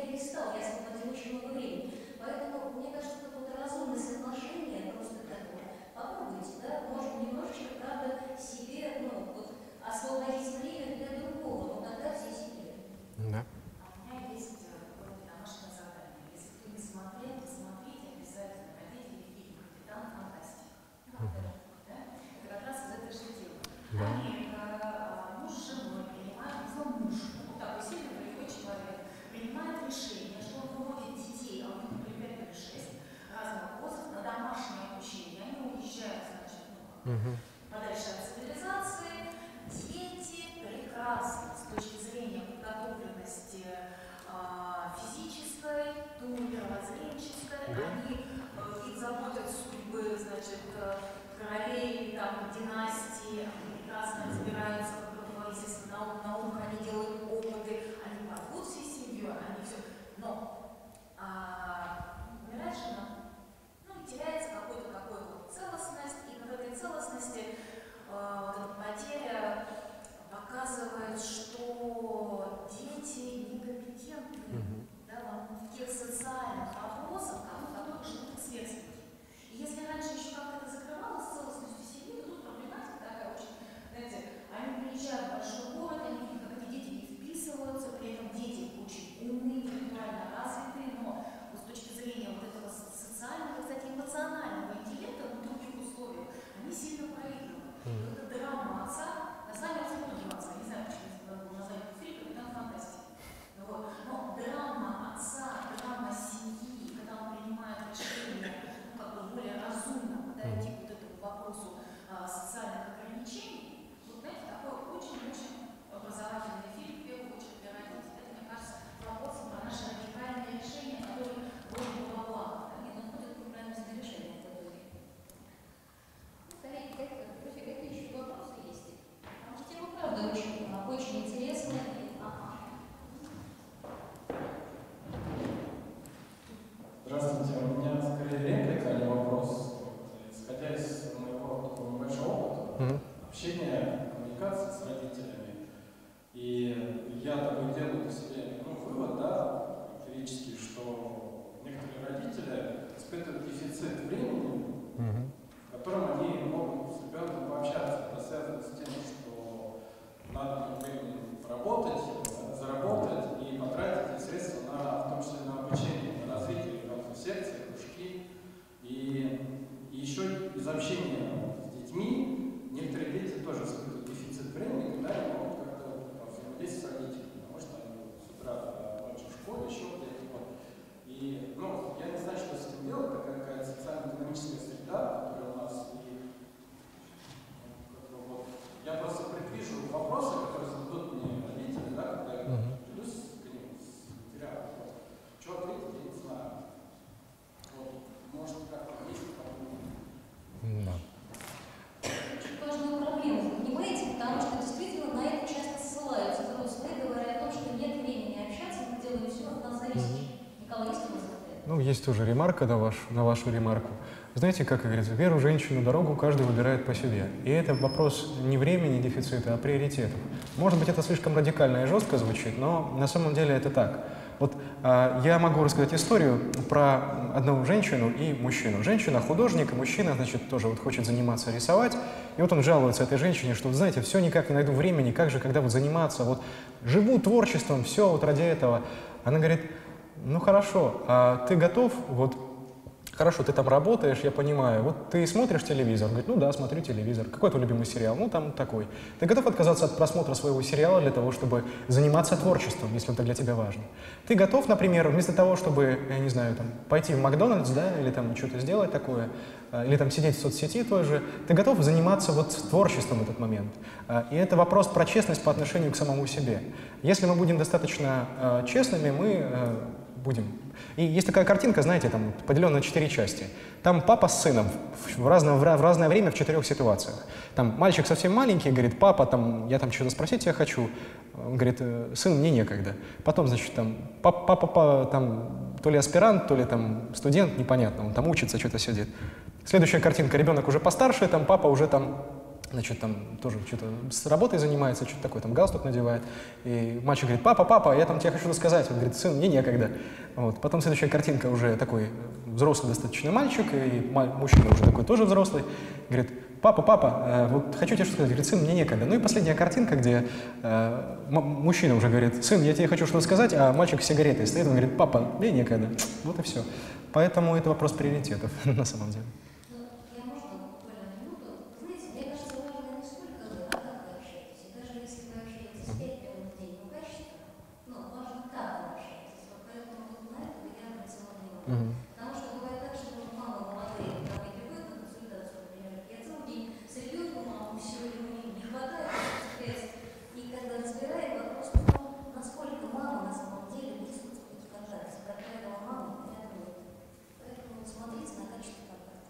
перестал, я освободил очень много времени. Поэтому, мне кажется, это вот разумное соотношение просто такое. Попробуйте, да, может немножечко, правда, себе, ну, вот, освободить время для другого, но тогда все себе. Да. А у меня есть такое домашнее задание. Если кто не смотрел, посмотрите обязательно. Родители фильм «Капитан Фантастик». Да? Это как раз из этой же темы. Да. Они, э, муж с женой принимают, ну, муж, ну, такой сильный волевой человек, принимает решение, что он выводит детей, а у них, например, пять или шесть разных возрастов, на домашнее обучение. Они уезжают, значит, ну, Мгм. подальше от цивилизации. Дети прекрасно с точки зрения подготовленности а, физической, то мировоззренческой. Они э, их заботят судьбы, значит, э, королей, там, династии. Они прекрасно разбираются, как, естественно, наук, наук, они делают опыты, они порвут всей семьей, они все. Но а, умирает жена, ну и теряется какой-то такой вот целостность, и в этой целостности вот эта потеря показывает, что дети некомпетентны, да, в тех социальных вопросах, в которых живут их сверстники. И если раньше еще как-то это закрывалось целостностью семьи, то тут проблематика такая очень, знаете, они приезжают в большой город, они видят, как эти дети не вписываются, при этом дети очень умные, интеллектуально развитые, но вот с точки зрения вот этого социального, кстати, эмоционального интеллекта в других условиях, они сильно проигрывают. Это драма отца, название отца тоже отца, не знаю, почему это было название фильма, «Капитан Фантастик». Вот. Но драма отца, драма семьи, когда он принимает решение, ну, как бы более разумно подойти к вот этому вопросу а, социальных ограничений, вот, знаете, такой очень-очень образовательный фильм, в первую очередь для родителей. Это, мне кажется, вопрос про наше радикальное решение, которое было бы во благо. Не находят правильности решения в итоге. Ну, коллеги, какие еще вопросы есть? Потому что тема, правда, очень, очень интересная. Ага. Здравствуйте, у меня скорее реплика, а не вопрос. Исходя из моего такого небольшого опыта, Мгм. общения, коммуникации с родителями, и я такой делаю для себя ну, вывод, да, эмпирический, что некоторые родители испытывают дефицит времени, Мгм. в котором они могут с ребенком пообщаться. Это связано с тем, что надо времени поработать, заработать и потратить эти средства на, в том числе на обучение, на развитие ребенка в секции, кружки. И, и еще из общения с детьми некоторые дети тоже испытывают дефицит времени, когда они могут как-то взаимодействовать с родителями, потому что они с утра до ночи в школе, еще где-то. Вот. И ну, я не знаю, что с этим делать, такая какая-то социально-экономическая среда, которая у нас и вот. Я просто предвижу вопросы, которые зададут мне родители, да, когда я приду с, к ним с материалом. Вот. Что ответить, я не знаю. Вот. Может, как-то есть проблема. Да. Очень важную проблему вы понимаете, потому что действительно на это часто ссылаются взрослые, говоря о том, что нет времени общаться, мы делаем все от нас зависящее. Николай, есть у вас ответ? Ну, есть тоже ремарка на, ваш, на вашу ремарку. Знаете, как говорится, веру, женщину, дорогу каждый выбирает по себе. И это вопрос не времени дефицита, а приоритетов. Может быть, это слишком радикально и жестко звучит, но на самом деле это так. Вот а, я могу рассказать историю про одну женщину и мужчину. Женщина художник, и мужчина, значит, тоже вот хочет заниматься рисовать. И вот он жалуется этой женщине, что, знаете, все никак не найду времени, как же, когда вот заниматься, вот живу творчеством, все вот ради этого. Она говорит, ну хорошо, а ты готов, вот, хорошо, ты там работаешь, я понимаю, вот ты смотришь телевизор? Он говорит, ну да, смотрю телевизор. Какой твой любимый сериал? Ну там такой. Ты готов отказаться от просмотра своего сериала для того, чтобы заниматься творчеством, если это для тебя важно? Ты готов, например, вместо того, чтобы, я не знаю, там, пойти в Макдональдс, да, или там что-то сделать такое, или там сидеть в соцсети тоже, ты готов заниматься вот творчеством в этот момент? И это вопрос про честность по отношению к самому себе. Если мы будем достаточно э, честными, мы э, будем. И есть такая картинка, знаете, там поделена на четыре части. Там папа с сыном в разное, в разное время в четырех ситуациях. Там мальчик совсем маленький, говорит, папа, там, я там что-то спросить тебя хочу. Он говорит, сын, мне некогда. Потом, значит, там, папа, папа там, то ли аспирант, то ли там студент, непонятно, он там учится, что-то сидит. Следующая картинка, ребенок уже постарше, там папа уже там значит, там тоже что-то с работой занимается, что-то такое, там галстук надевает. И мальчик говорит: папа, папа, я там тебе хочу сказать. Он говорит: сын, мне некогда. Вот. Потом следующая картинка уже такой взрослый достаточно мальчик, и мужчина уже такой тоже взрослый. Говорит: папа, папа, э, вот хочу тебе что сказать. Говорит: сын, мне некогда. Ну и последняя картинка, где э, мужчина уже говорит: сын, я тебе хочу что сказать, а мальчик с сигаретой стоит, он говорит: папа, мне некогда. Вот и все. Поэтому это вопрос приоритетов на самом деле. Потому что бывает так, что может, мама молодые, там и приходит на консультацию, например, я целый день с ребенком, а всего ему не хватает средств. И когда разбираем вопрос в том, насколько мама на самом деле присутствует в контакте, про этого маму рядом нет. Поэтому смотрите на качество контакта.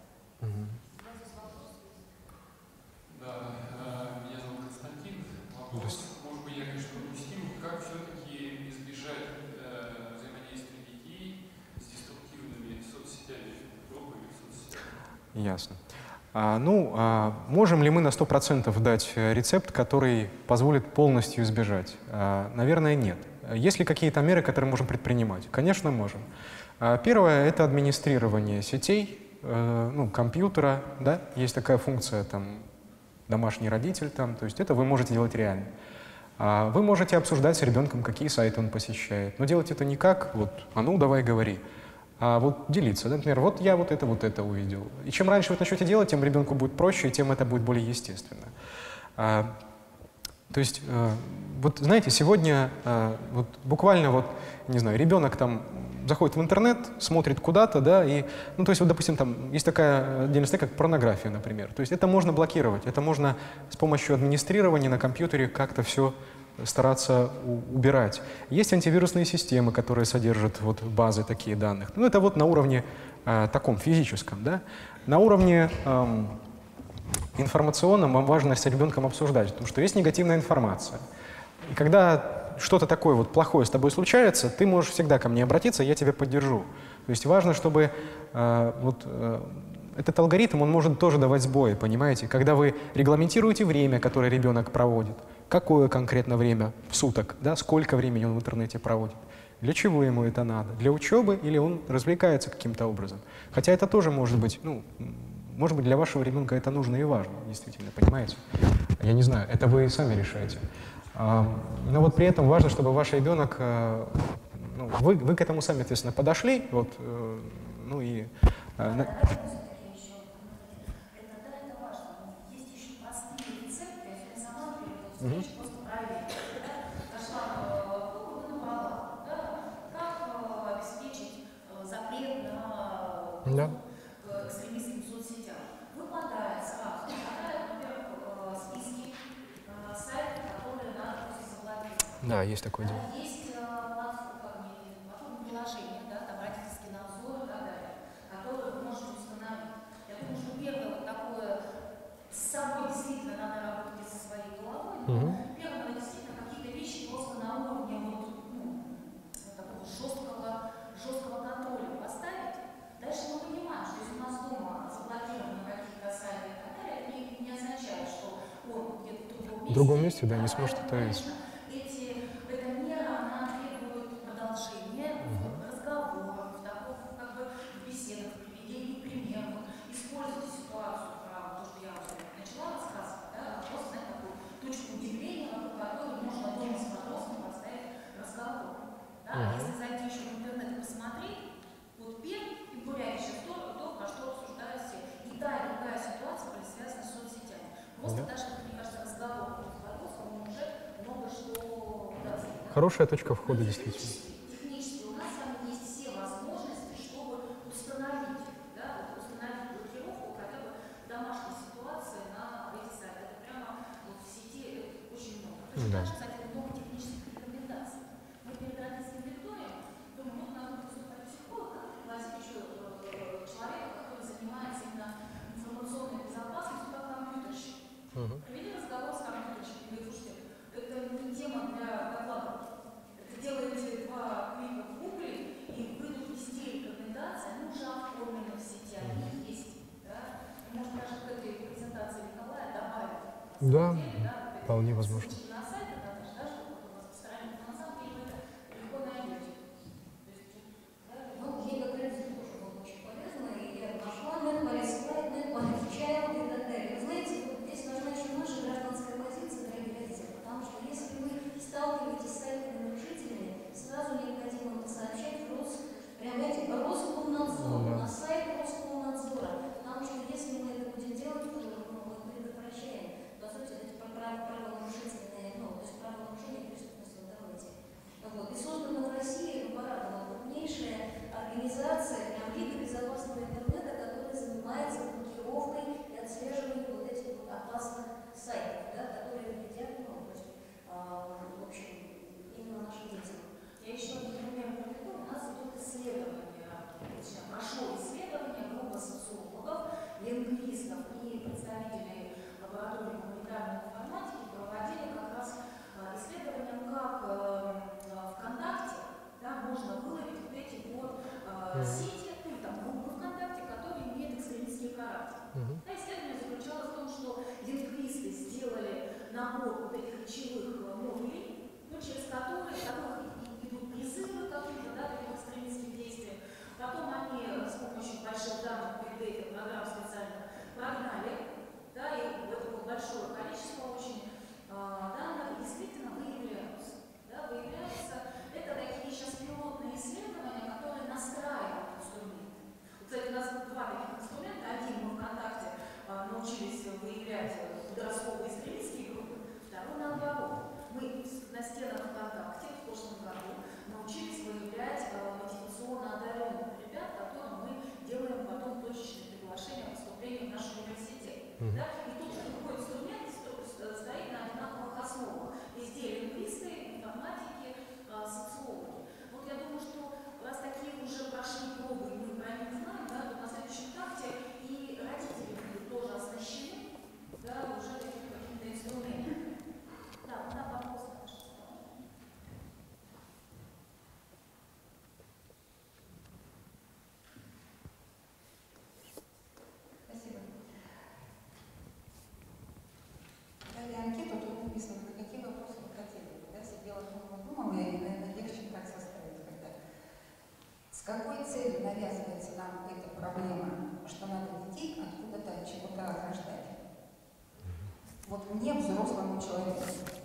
Да, меня зовут Константин. Вопрос, может быть, я, конечно, пропустил, как все-таки избежать э, взаимодействия детей с деструктивными соцсетями, группами соцсетей? Ясно. А, ну, а можем ли мы на сто процентов дать рецепт, который позволит полностью избежать? А, наверное, нет. Есть ли какие-то меры, которые можем предпринимать? Конечно, можем. А, первое – это администрирование сетей, э, ну, компьютера, да, есть такая функция, там, домашний родитель, там, то есть это вы можете делать реально. А, вы можете обсуждать с ребенком, какие сайты он посещает, но делать это не как, вот, а ну, давай говори, а вот делиться. Например, вот я вот это, вот это увидел. И чем раньше вы это начнете делать, тем ребенку будет проще, и тем это будет более естественно. А, то есть, а, вот знаете, сегодня а, вот буквально вот, не знаю, ребенок там заходит в интернет, смотрит куда-то, да, и, ну, то есть, вот, допустим, там есть такая отдельная статья, как порнография, например. То есть это можно блокировать, это можно с помощью администрирования на компьютере как-то все стараться убирать. Есть антивирусные системы, которые содержат вот базы такие данных. Ну, это вот на уровне э, таком физическом, да. На уровне э, информационном вам важно с ребенком обсуждать, потому что есть негативная информация. И когда что-то такое вот плохое с тобой случается, ты можешь всегда ко мне обратиться, я тебя поддержу. То есть важно, чтобы э, вот, э, этот алгоритм, он может тоже давать сбои, понимаете? Когда вы регламентируете время, которое ребенок проводит, какое конкретно время в суток, да, сколько времени он в интернете проводит, для чего ему это надо, для учебы или он развлекается каким-то образом. Хотя это тоже может быть, ну, может быть, для вашего ребенка это нужно и важно, действительно, понимаете? Я не знаю, это вы сами решаете. Но вот при этом важно, чтобы ваш ребенок, ну, вы, вы к этому сами, соответственно, подошли, вот, ну и... Угу. Просто проверить, да? Нашла, ну, вы набрала, да? Как обеспечить запрет на да. экстремистским соцсетям? Выпадает сразу, выпадает, во-первых, списки сайтов, которые надо просто заблокировать. Да, есть такое дело. Есть платформы, приложения, да, там родительский надзор и так далее, которые вы можете установить. Я думаю, что первое вот такое с собой действительно надо работать со своей головой. Угу. Первое, действительно, какие-то вещи просто на уровне вот, ну, вот такого жесткого, жесткого контроля поставить. Дальше мы понимаем, что если у нас дома заблокированы какие-то сайты и так далее, это не, не означает, что он где-то в другом месте, в другом месте, да, не сможет это видеть. Эти, эта мера, она требует продолжения uh-huh. разговоров, такого, как бы, в беседах, приведении примеров. Используйте ситуацию, про то, что я уже начала рассказывать, да, просто знать такую точку удивления, вокруг которой можно дома с подростком поставить разговор. Да? Uh-huh. Если зайти еще в интернет и посмотреть, вот первый и гулять сейчас то, то, про что обсуждают все. И та, и другая ситуация были связаны с соцсетями. Просто uh-huh. даже, мне кажется, разговор с подростком уже много что даст. Хорошая точка входа, действительно. Технически у нас с вами есть все возможности, чтобы установить, да, вот установить блокировку хотя бы домашней ситуации на эти сайты. Это прямо вот в сети очень много. Точно да. так же, кстати, много технических рекомендаций. Мы перед родительским лекторием думаем, вот надо поступать психолога, пригласить еще человека, который занимается именно информационной безопасностью, как компьютерщик. Угу. Провели разговор с компьютерщиком и говорит: слушайте, это не тема для доклада. Это делаете два Да, деле, да, вполне возможно. на сайте, да, даже, да, что вот у вас распространяется, на самом деле вы это легко найдете. То есть, да, Ну, ей, как говорится, тоже было очень полезно, и я нашла NetPolice, слайд NetPolice, Child и так далее. Вы знаете, вот здесь важна еще наша гражданская позиция, дорогие родители, потому что если вы сталкиваетесь с сайтами нарушителями, сразу необходимо это сообщать в Рос, прям эти, Роскомнадзор, Да. на сайт Роскомнадзора, потому что если мы это будем делать, то ну, мы предотвращаем, по сути, эти прав- правонарушительные, ну, то есть правонарушение преступности в интернете. Вот. И создана в России, ну, порадовала, крупнейшая организация прям Лига безопасного интернета, которая занимается блокировкой и отслеживанием вот этих вот опасных сайтов, да, которые вредят, ну, то есть, а, в общем, именно нашим детям. я еще один пример приведу. У нас идут исследования, точнее, прошло исследование группы социологов, лингвистов и представителей лаборатории гуманитарной информатики проводили как раз а, исследование, как э, ВКонтакте, да, можно выловить вот эти вот э, сети, ну или там группы ВКонтакте, которые имеют экстремистский характер. Мгм. Да, исследование заключалось в том, что лингвисты сделали набор вот этих речевых э, модулей, ну, через которые, в которых и- идут призывы какие-то, да, таких экстремистских действий. Потом они э, с помощью больших данных, бигдейта, программ специально прогнали, да, и это вот большое количество очень э, данных действительно выявляются. Да, выявляются. Это такие сейчас пилотные исследования, которые настраивают инструменты. Кстати, у нас два таких инструмента. Один мы ВКонтакте а, научились выявлять подростковые экстремистские группы, второй наоборот. Мы на стенах ВКонтакте в прошлом году научились выявлять а, мотивационно одаренных ребят, которым мы делаем потом точечные приглашения к поступлению в наш университет. Мгм. Да? И тут любой инструмент сто- стоит на одинаковых основах. Везде лингвисты, информатики, а, социологи. Вот я думаю, что раз такие уже прошли пробы, и мы про них знаем, да, то на следующем такте и родители будут тоже оснащены, да, уже такими какими-то инструментами. Да, на вопрос на нашу сторону. Спасибо. Дали анкету, тут написано, на какие вопросы вы хотели. Да, сидела, думала, думала, и, наверное, легче так составить, когда. С какой целью навязывается нам эта проблема, что надо детей откуда-то от чего-то ограждать? Вот мне, взрослому человеку,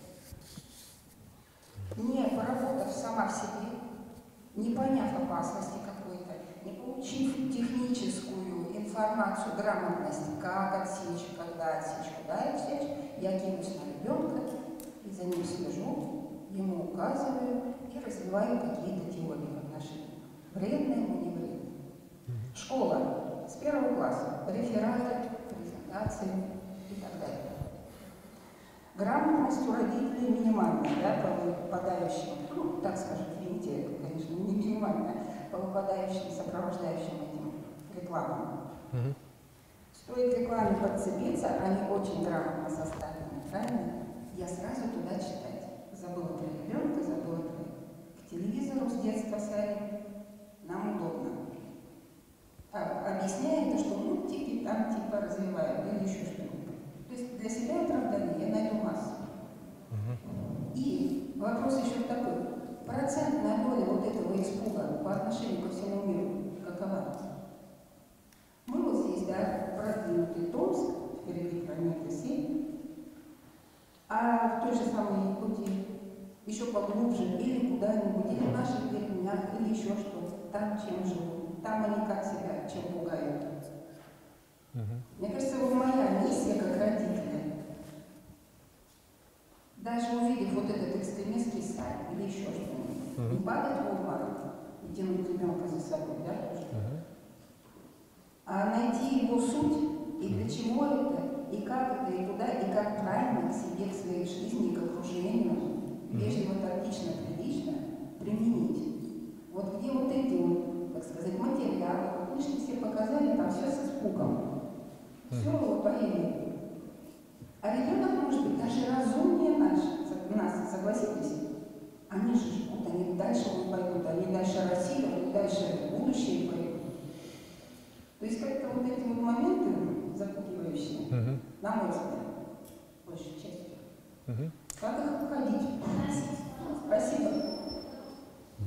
не поработав сама в себе, не поняв опасности какой-то, не получив техническую информацию, грамотность, как отсечь, когда отсечь, куда отсечь, я кинусь на ребенка и за ним слежу, ему указываю и развиваю какие-то теории в отношениях. Вредно ему, не вредно. Школа с первого класса, рефераты, презентации и так далее. Грамотность у родителей минимальная, да, по выпадающим, ну, так скажем, извините, это, конечно, не минимальная, по выпадающим, сопровождающим этим рекламам. Мгм. Стоит рекламе подцепиться, они очень грамотно составлены, правильно? Я сразу туда читать. Забыла про ребенка, забыла про... К телевизору с детства сами. Нам удобно. А, объясняя это, что мультики там типа развивают или еще что-нибудь. То есть для себя оправдания я найду массу. И вопрос еще такой. Процентная доля вот этого испуга по отношению ко всему миру какова? Мы вот здесь, да, продвинутый Томск, впереди планеты семь, а в той же самой Якутии, еще поглубже, или куда-нибудь, или в наших деревнях, или еще что-то, там чем живут, там они как себя, чем пугают. Мгм. Мне кажется, вот моя миссия как родителя, даже увидев вот этот экстремистский сайт или еще что-нибудь, Мгм. не падать в обморок и тянуть ребенка за собой, да, тоже, Мгм. а найти его суть и для чего это, и как это, и куда, и как правильно к себе, к своей жизни, к окружению, вежливо, тактично, прилично применить. Вот где вот эти вот, так сказать, материалы, вот мы же все показали, там все с испугом. Все вот поели. А ребенок может быть даже разумнее наш, нас, согласитесь? Они же живут, они дальше вот пойдут, они дальше Россию, они дальше будущее пойдут. То есть как-то вот эти вот моменты запугивающие, Мгм. на мой взгляд, очень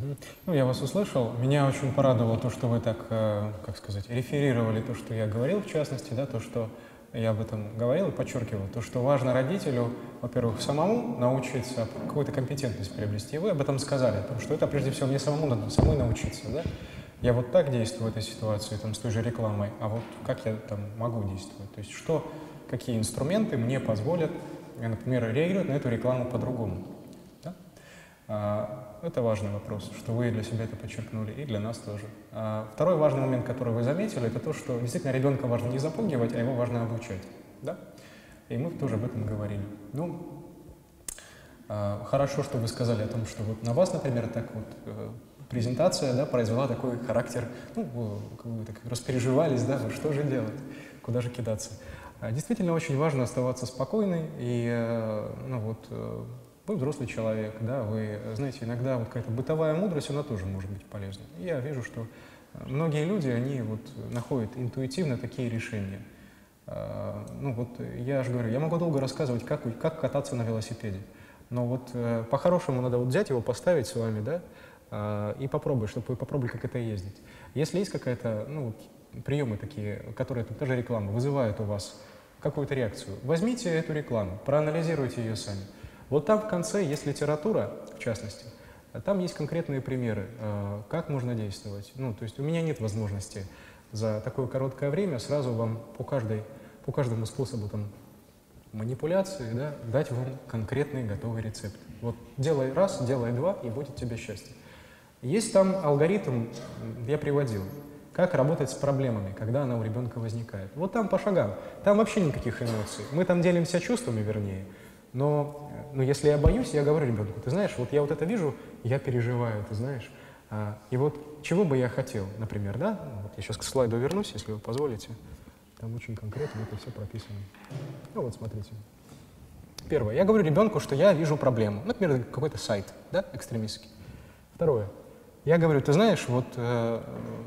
Мгм. Ну, я вас услышал. Меня очень порадовало то, что вы так, э, как сказать, реферировали то, что я говорил, в частности, да, то, что я об этом говорил и подчеркивал, то, что важно родителю, во-первых, самому научиться, какую-то компетентность приобрести. Вы об этом сказали, потому что это, прежде всего, мне самому надо самой научиться, да. Я вот так действую в этой ситуации, там, с той же рекламой, а вот как я там могу действовать? То есть что, какие инструменты мне позволят, например, реагировать на эту рекламу по-другому? Да? А, это важный вопрос, что вы для себя это подчеркнули, и для нас тоже. А, второй важный момент, который вы заметили, это то, что действительно ребенка важно не запугивать, а его важно обучать. Да? И мы тоже об этом говорили. Ну, а, хорошо, что вы сказали о том, что вот на вас, например, так вот э, презентация, да, произвела такой характер, ну, вы, вы так распереживались, да, вот что же делать, куда же кидаться. А, действительно, очень важно оставаться спокойной, и, э, ну, вот, э, вы взрослый человек, да, вы, знаете, иногда вот какая-то бытовая мудрость, она тоже может быть полезна. И я вижу, что многие люди, они вот находят интуитивно такие решения. А, ну, вот я же говорю, я могу долго рассказывать, как, как кататься на велосипеде, но вот э, по-хорошему надо вот взять его, поставить с вами, да, и попробовать, чтобы вы попробовали, как это ездить. Если есть какая-то, ну, приемы такие, которые, тут даже реклама, вызывают у вас какую-то реакцию, возьмите эту рекламу, проанализируйте ее сами. Вот там в конце есть литература, в частности, там есть конкретные примеры, как можно действовать. Ну, то есть у меня нет возможности за такое короткое время сразу вам по, каждой, по каждому способу там, манипуляции, да, дать вам конкретный готовый рецепт. Вот делай раз, делай два, и будет тебе счастье. Есть там алгоритм, я приводил, как работать с проблемами, когда она у ребенка возникает. Вот там по шагам, там вообще никаких эмоций. Мы там делимся чувствами, вернее, но, но если я боюсь, я говорю ребенку, ты знаешь, вот я вот это вижу, я переживаю, ты знаешь. А, и вот чего бы я хотел, например, да, вот я сейчас к слайду вернусь, если вы позволите, там очень конкретно это все прописано. Ну вот смотрите. Первое, я говорю ребенку, что я вижу проблему, например, какой-то сайт, да, экстремистский. Второе. Я говорю, ты знаешь, вот э,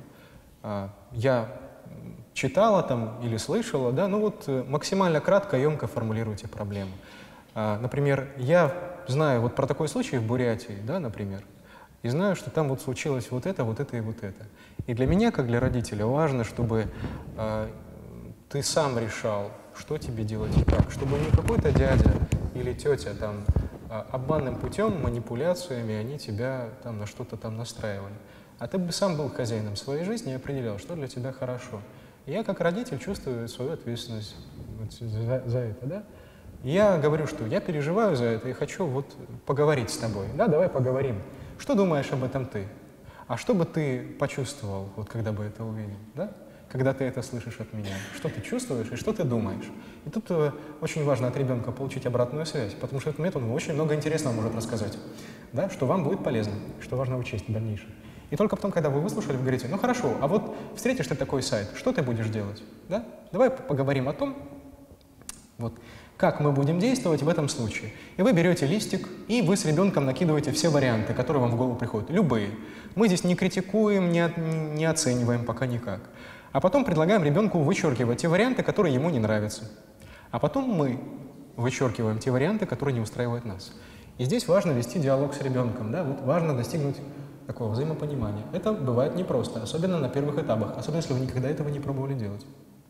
э, я читала там или слышала, да, ну вот э, максимально кратко, емко формулируйте проблему. А, например, я знаю вот про такой случай в Бурятии, да, например, и знаю, что там вот случилось вот это, вот это и вот это. И для меня, как для родителя, важно, чтобы э, ты сам решал, что тебе делать и как, чтобы не какой-то дядя или тетя там обманным путем, манипуляциями они тебя там на что-то там настраивали. А ты бы сам был хозяином своей жизни и определял, что для тебя хорошо. И я как родитель чувствую свою ответственность за, за это, да? И я говорю, что я переживаю за это и хочу вот поговорить с тобой. Да, давай поговорим. Что думаешь об этом ты? А что бы ты почувствовал, вот когда бы это увидел, да? Когда ты это слышишь от меня, что ты чувствуешь и что ты думаешь. И тут э, очень важно от ребенка получить обратную связь, потому что этот метод очень много интересного может рассказать, да, что вам будет полезно, что важно учесть в дальнейшем. И только потом, когда вы выслушали, вы говорите, ну хорошо, а вот встретишь ты такой сайт, что ты будешь делать? Да? Давай поговорим о том, вот, как мы будем действовать в этом случае. И вы берете листик, и вы с ребенком накидываете все варианты, которые вам в голову приходят, любые. Мы здесь не критикуем, не, не оцениваем пока никак. А потом предлагаем ребенку вычеркивать те варианты, которые ему не нравятся. А потом мы вычеркиваем те варианты, которые не устраивают нас. И здесь важно вести диалог с ребенком, да, вот важно достигнуть такого взаимопонимания. Это бывает непросто, особенно на первых этапах, особенно если вы никогда этого не пробовали делать.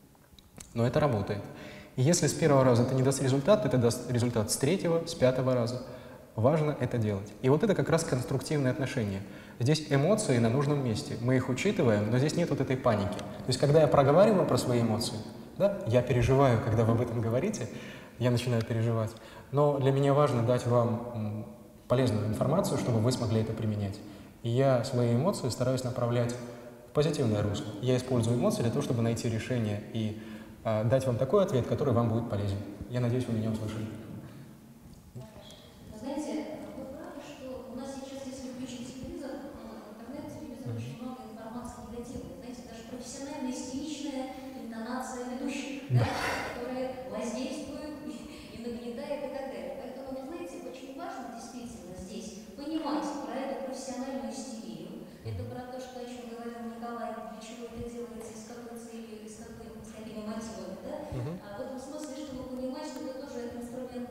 Но это работает. И если с первого раза это не даст результат, это даст результат с третьего, с пятого раза. Важно это делать. И вот это как раз конструктивные отношения. Здесь эмоции на нужном месте. Мы их учитываем, но здесь нет вот этой паники. То есть, когда я проговариваю про свои эмоции, да, я переживаю, когда вы об этом говорите, я начинаю переживать. Но для меня важно дать вам полезную информацию, чтобы вы смогли это применять. И я свои эмоции стараюсь направлять в позитивное русло. Я использую эмоции для того, чтобы найти решение и а, дать вам такой ответ, который вам будет полезен. Я надеюсь, вы меня услышали. Знаете, вы правы, что у нас сейчас, если включить телевизор, интернет, телевизор, очень много информации негативной. Знаете, даже профессиональная истеричная интонация ведущих, да, которая воздействует и, и нагнетает и так далее. Поэтому, вы знаете, очень важно действительно здесь понимать про эту профессиональную истерию. Это про то, что, о чем говорил Николай, для чего это делается, с какой целью, с, какой, с какими мотивами. Да? А в этом смысле, чтобы понимать, что это тоже инструмент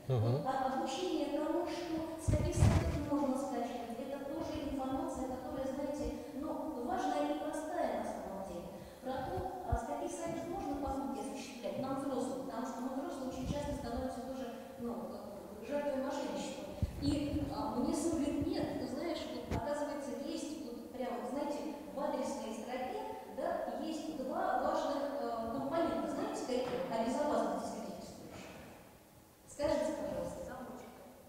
Мгм. Вот, а обучение тому, что с каких сайтов можно скачивать, это тоже информация, которая, знаете, ну, важная и простая на самом деле. Про то, а с каких сайтов можно покупки осуществлять нам взрослым, потому что мы взрослые очень часто становимся тоже, ну, как бы жертвой мошенничества. И а, мне сын говорит, нет, ты знаешь, вот, оказывается, есть вот прямо, знаете, в адресной строке, да, есть два важных э, компонента. Знаете, какие? О безопасности свидетельствующих. Скажите, пожалуйста, замочек.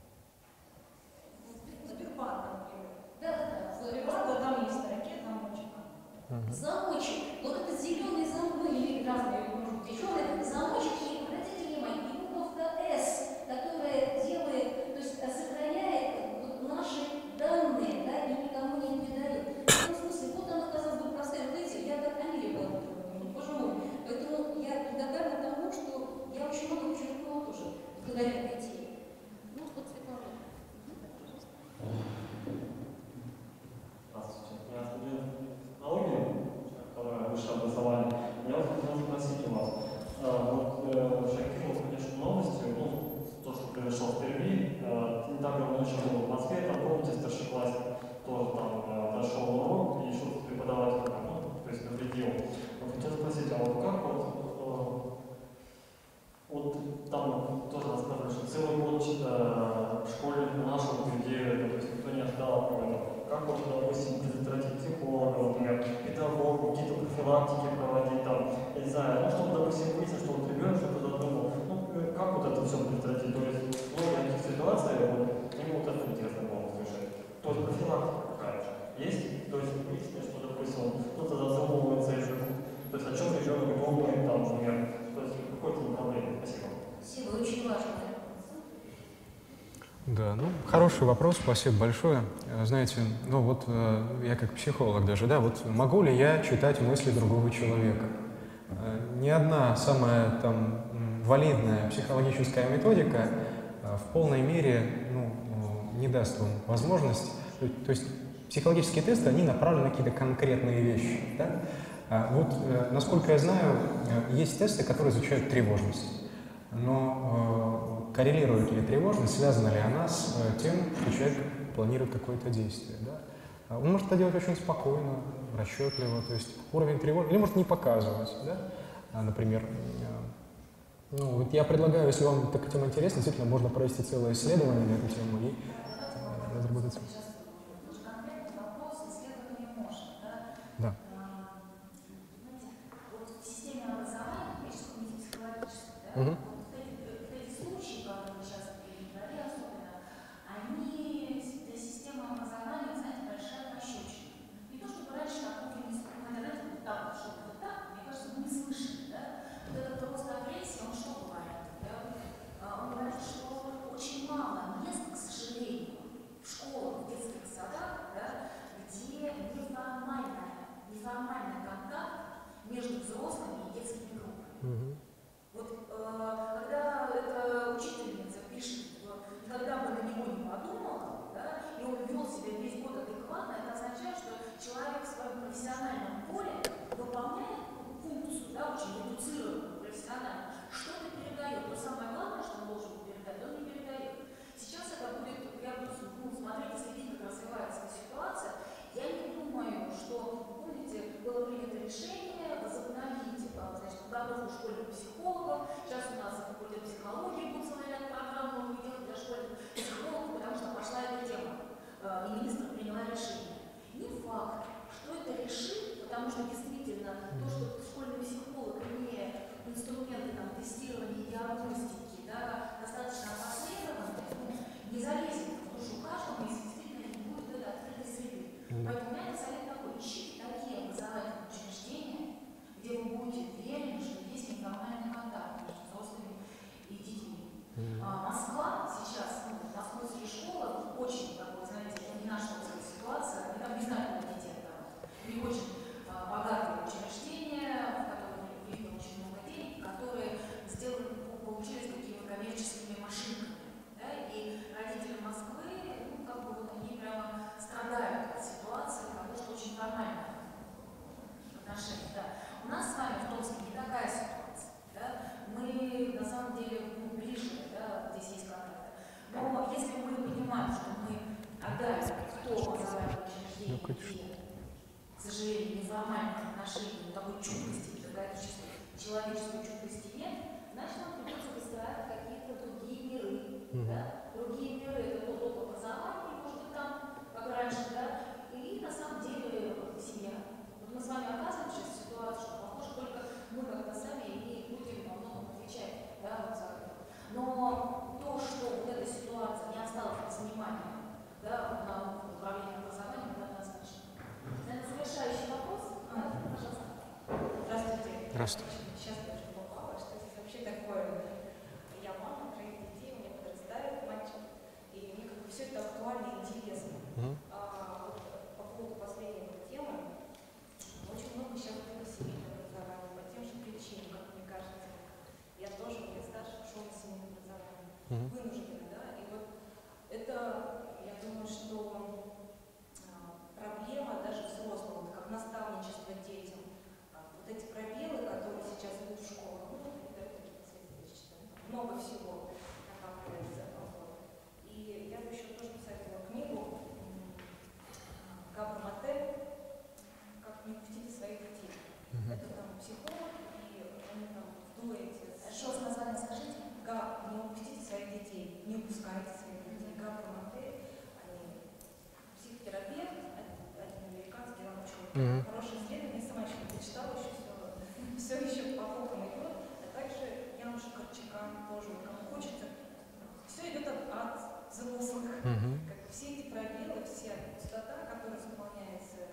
Сбербанк, например. Да, да, да. Сбербанк, там есть строке замочек. Замочек. Вот этот зеленый замок, ну или разные, может быть, еще этот замочек, и, родители мои, и буковка «С», которая делает, то есть сохраняет вот наши данные, да, и никому не передает. В этом смысле, вот она, казалось бы, простая, вот видите, я так о мире была, боже мой. Поэтому я благодарна тому, что я очень много почерпнула тоже благодаря этой теме. Ну, вот Светлана. Здравствуйте. Я студент технологии, которая высшее образование. Я вот хотел спросить у вас. А, вот э, шокировало, конечно, новостью, ну, то, что произошло в Перми. Э, не так давно еще было в Москве, там, помните, старшеклассник тоже там э, прошел урок и еще преподаватель, ну, то есть навредил. Вот хотел спросить, а вот как вот, э, вот там тоже рассказывали, что целый год э, в школе нашего идею, то есть никто не ожидал от этого. Как вот, допустим, предотвратить психолога, например, педагога, какие-то профилактики проводить там, я не знаю, ну, чтобы, допустим, выяснить, что вот ребенок что-то задумал, ну, как вот это все предотвратить, то есть, много таких ситуаций, вот, мне вот это интересно было услышать. То есть, профилактика какая-то есть, то есть, выяснить, что, допустим, кто-то задумывается, то есть, о чем ребенок думает, там, например, то есть, какое-то направление. Спасибо. Спасибо, очень важно. Да, ну, хороший вопрос, спасибо большое. Э, Знаете, ну вот э, я как психолог даже, да, вот могу ли я читать мысли другого человека? Э, Ни одна самая там м, валидная психологическая методика э, в полной мере, ну, э, не даст вам возможность. То, то есть психологические тесты, они направлены на какие-то конкретные вещи, да? А вот, э, насколько я знаю, э, есть тесты, которые изучают тревожность. Но э, коррелирует ли тревожность, связана ли она с э, тем, что человек планирует какое-то действие. Да? А Он может это делать очень спокойно, расчетливо, то есть уровень тревоги, или может не показывать. Да? А, например, э, ну, вот я предлагаю, если вам так тема интересна, действительно можно провести целое исследование на эту тему и э, разработать. Да. Угу. Вот эти, эти случаи, которые мы сейчас перебрали особенно, они для системы образования, знаете, большая пощечина. Не то, чтобы раньше такого не слышали, вот так, что вот так, мне кажется, мы не слышали, да? Вот этот рост агрессии, он что говорит? Да? Он говорит, что очень мало мест, к сожалению, в школах, в детских садах, да, где неформальный, неформальный контакт между взрослыми и детскими группами. Угу. Вот э, когда эта учительница пишет, никогда бы на него не подумала, да, и он вел себя весь год адекватно, это означает, что человек в своем профессиональном поле выполняет функцию, да, очень редуцированную профессионально, что-то передает. Но самое главное, что он должен передать, он не передает. Сейчас это будет, я буду ну, смотреть и следить, как развивается эта ситуация. Я не думаю, что, помните, было принято решение возобновить, значит, подготовку школьных психологов. Сейчас у нас факультет психологии будет целый ряд программ новых делать для школьных психологов, потому что пошла эта тема, и министр приняла решение. Не факт, что это решит, потому что действительно то, что школьный психолог, имея инструменты там, тестирования и диагностики, да, достаточно опосредованные, ну, не залезет в душу каждому, если действительно не будет этой открытой среды. Поэтому у меня совет такой: ищите такие образовательные учреждения, где вы будете уверены, что есть неформальный контакт между взрослыми и детьми. Mm-hmm. А, Москва сейчас, ну, московские школы, очень такой, знаете, не наша ситуация, они там не знают, куда детей отдавать. У них очень а, богатые учреждения, в которых влито очень много денег, которые сделаны, получились такими коммерческими машинками. Да? И родители Москвы, ну, как бы вот они прямо страдают от ситуации, потому что очень формально отношения. Да. У нас с вами в Томске не такая ситуация. Да? Мы на самом деле ну, ближе, да, здесь есть контакт где, к сожалению, неформальных отношений, такой чуткости, какая-то чисто человеческой чуткости нет, значит, нам придется выстраивать какие-то другие миры. Mm-hmm. Да? Другие миры — это тот опыт образования, может быть, там, как раньше, да, и на самом деле семья. Вот мы с вами оказываемся сейчас в ситуации, что похоже, только мы как-то сами и будем во многом отвечать, да, вот за это. Но то, что вот эта ситуация не осталась без внимания, да, на управление образованием, это однозначно. Наверное, завершающий вопрос. А, пожалуйста. Здравствуйте. Здравствуйте. Сейчас я уже попала, что здесь вообще такое. Я мама, троих детей, у меня подрастает мальчик, и мне как бы все это актуально и интересно. Mm-hmm. А, вот, по поводу последней темы, очень много сейчас было семейного образования по тем же причинам, как мне кажется. Я тоже, мне старше, ушел в семейное образование. Mm-hmm. Вынужденно, да, и вот это, я думаю, что а, проблема даже взрослого, как наставничество детям. А, вот эти пробелы, которые сейчас идут в школах, ну, это много всего накапливается. Вот. И я бы еще тоже посоветовала книгу Габр Мате «Как не упустить своих детей». Mm-hmm. Это там психолог, и они там вдумаете. Что с названием скажите? Габр, не упустите своих детей, не упускайте своих детей. Габр Мате, они психотерапевт, один американский, я учу. Mm-hmm. Хорошее исследование, я сама еще не прочитала, еще все, все еще по полкам идет. А также Януша Корчака тоже, кому хочется. Все идет от, от взрослых. Mm-hmm. Как бы все эти пробелы, вся пустота, которая заполняется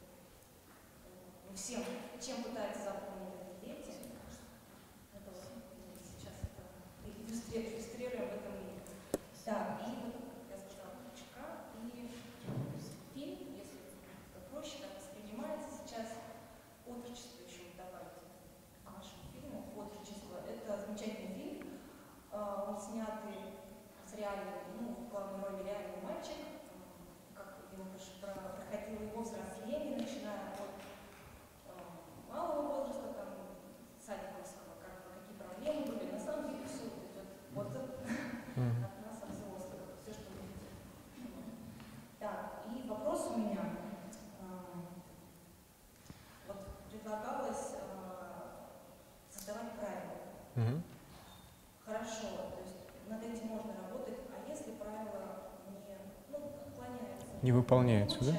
всем, чем пытаются заполнить эти дети, это вот сейчас это иллюстрируем, иллюстрируем в этом мире. Так, и вот я сказала Корчака, и фильм, если проще, как воспринимается сейчас, «Отрочество» еще добавить к нашему фильму. «Отрочество» — это замечательный фильм, он снятый с реальным, ну, в главной роли реальный мальчик, как юноша проходил его взросление, начиная от малого возраста, там, садиковского, как, какие проблемы были. На самом деле все идет вот mm-hmm. от нас, от взрослых, все, что мы видим. Так, и вопрос у меня. Вот предлагалось создавать правила. Mm-hmm. Хорошо, то есть над этим можно работать, а если правила не, ну, отклоняются? Не выполняются, да?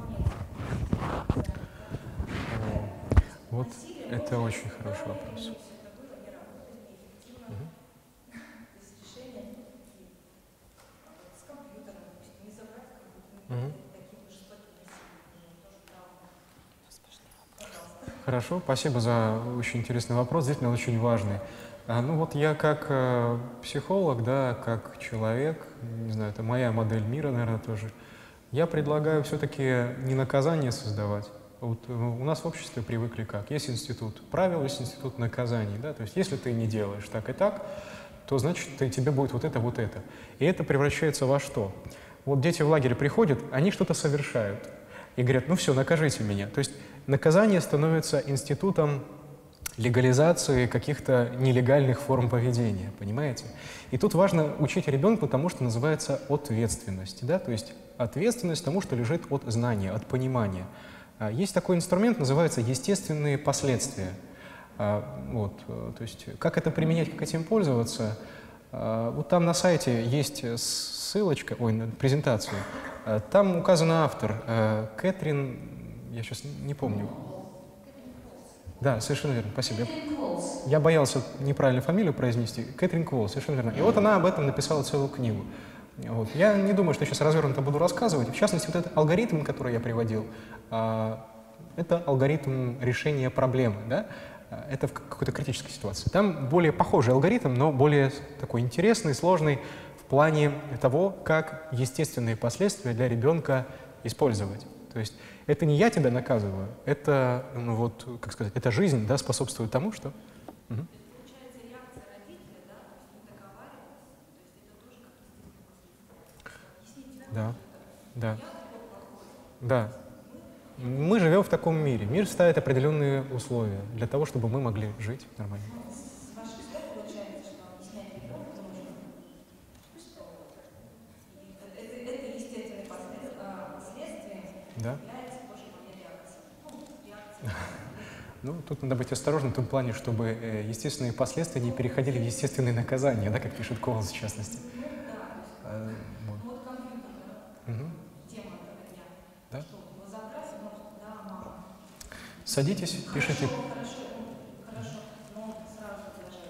Вот это очень хороший вопрос. Угу. Угу. Хорошо, спасибо за очень интересный вопрос, действительно очень важный. А, ну вот я как э, психолог, да, как человек, не знаю, это моя модель мира, наверное, тоже, я предлагаю все-таки не наказание создавать. Вот, э, у нас в обществе привыкли как? Есть институт правил, есть институт наказаний, да, то есть если ты не делаешь так и так, то значит ты, тебе будет вот это, вот это. И это превращается во что? Вот дети в лагере приходят, они что-то совершают и говорят, ну все, накажите меня. То есть наказание становится институтом легализации каких-то нелегальных форм поведения, понимаете? И тут важно учить ребенка тому, что называется ответственность, да? То есть ответственность тому, что лежит от знания, от понимания. Есть такой инструмент, называется естественные последствия. Вот, то есть как это применять, как этим пользоваться? Вот там на сайте есть ссылочка, ой, презентация, там указан автор, Кэтрин, я сейчас не помню. Да, совершенно верно, спасибо. Я, я боялся неправильно фамилию произнести. Кэтрин Кволл, совершенно верно. И вот она об этом написала целую книгу. Вот. Я не думаю, что сейчас развернуто буду рассказывать. В частности, вот этот алгоритм, который я приводил, это алгоритм решения проблемы, да? Это в какой-то критической ситуации. Там более похожий алгоритм, но более такой интересный, сложный в плане того, как естественные последствия для ребенка использовать. То есть это не я тебя наказываю, это, ну, вот, как сказать, это жизнь, да, способствует тому, что… Угу. Получается, реакция родителя, да, то есть не договариваться, то есть это тоже как естественное. Да, да, да. Мы живем в таком мире. Мир ставит определенные условия для того, чтобы мы могли жить нормально. С ваших слов получается, что объяснять ребенку нужно, что это, это естественное последствие да. является Ну, тут надо быть осторожным в том плане, чтобы э, естественные последствия не переходили в естественные наказания, да, как пишет Колос в частности. Ну да, то есть, А, вот. ну, вот компьютер, да, Мгм. тема этого дня. Да? Что, его забрать, ну, да, мама. Садитесь, пишите. Хорошо, хорошо, ну, хорошо, но сразу даже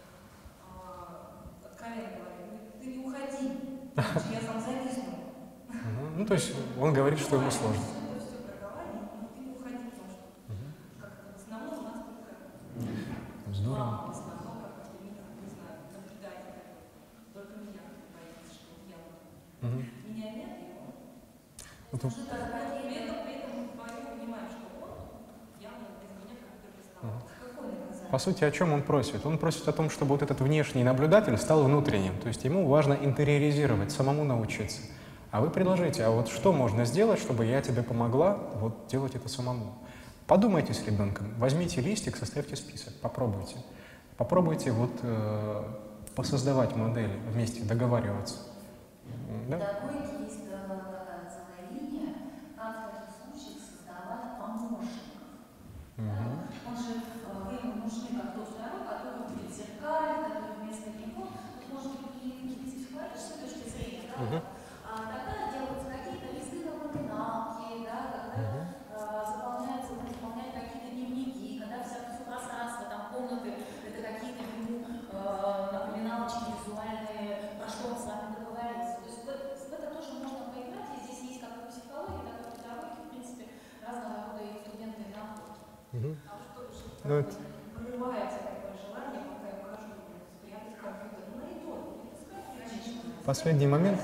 а, откровенно говорю, ну, ты не уходи, иначе я сам зависну. Мгм. Ну, то есть он говорит, что ему сложно. Это все проговаривание, но ты не уходи, потому что как-то в основном у нас только Здорово. мама, в основном как-то меня, не знаю, наблюдатель такой. Только меня боится, что я Мгм. меня нет, и он. Вот он- При этом, при этом мы вдвоем понимаем, что он явно без меня как-то признавал. Какое наказание? По сути, о чем он просит? Он просит о том, чтобы вот этот внешний наблюдатель стал внутренним. То есть ему важно интериоризировать, самому научиться. А вы предложите, а вот что можно сделать, чтобы я тебе помогла вот делать это самому? Подумайте с ребенком, возьмите листик, составьте список, попробуйте. Попробуйте вот э, посоздавать модели, вместе договариваться. М, Да? Педагогики есть э, такая целая линия, как в таких случаях создавать помощников. Мгм. Он же, э, вы ему нужны как тот второй, который будет зеркалить, который вместо него, тут может быть и какие-то психологические точки зрения, да, Мгм. а тогда делаются какие-то листы напоминалки, да, когда э, заполняются, ну, заполняют какие-то дневники, когда вся, все пространство, там комнаты, это какие-то ему э, напоминалочки визуальные, про что он с вами договорился. То есть в это, в это тоже можно поиграть, и здесь есть как в психологии, так и в педагогике, в принципе, разного рода инструменты и находки. Мгм. А что, что Ну, это- прорывается такое желание, пока я ухожу, спрятать компьютер. Ну, и то, не пускай, конечно. Последний момент.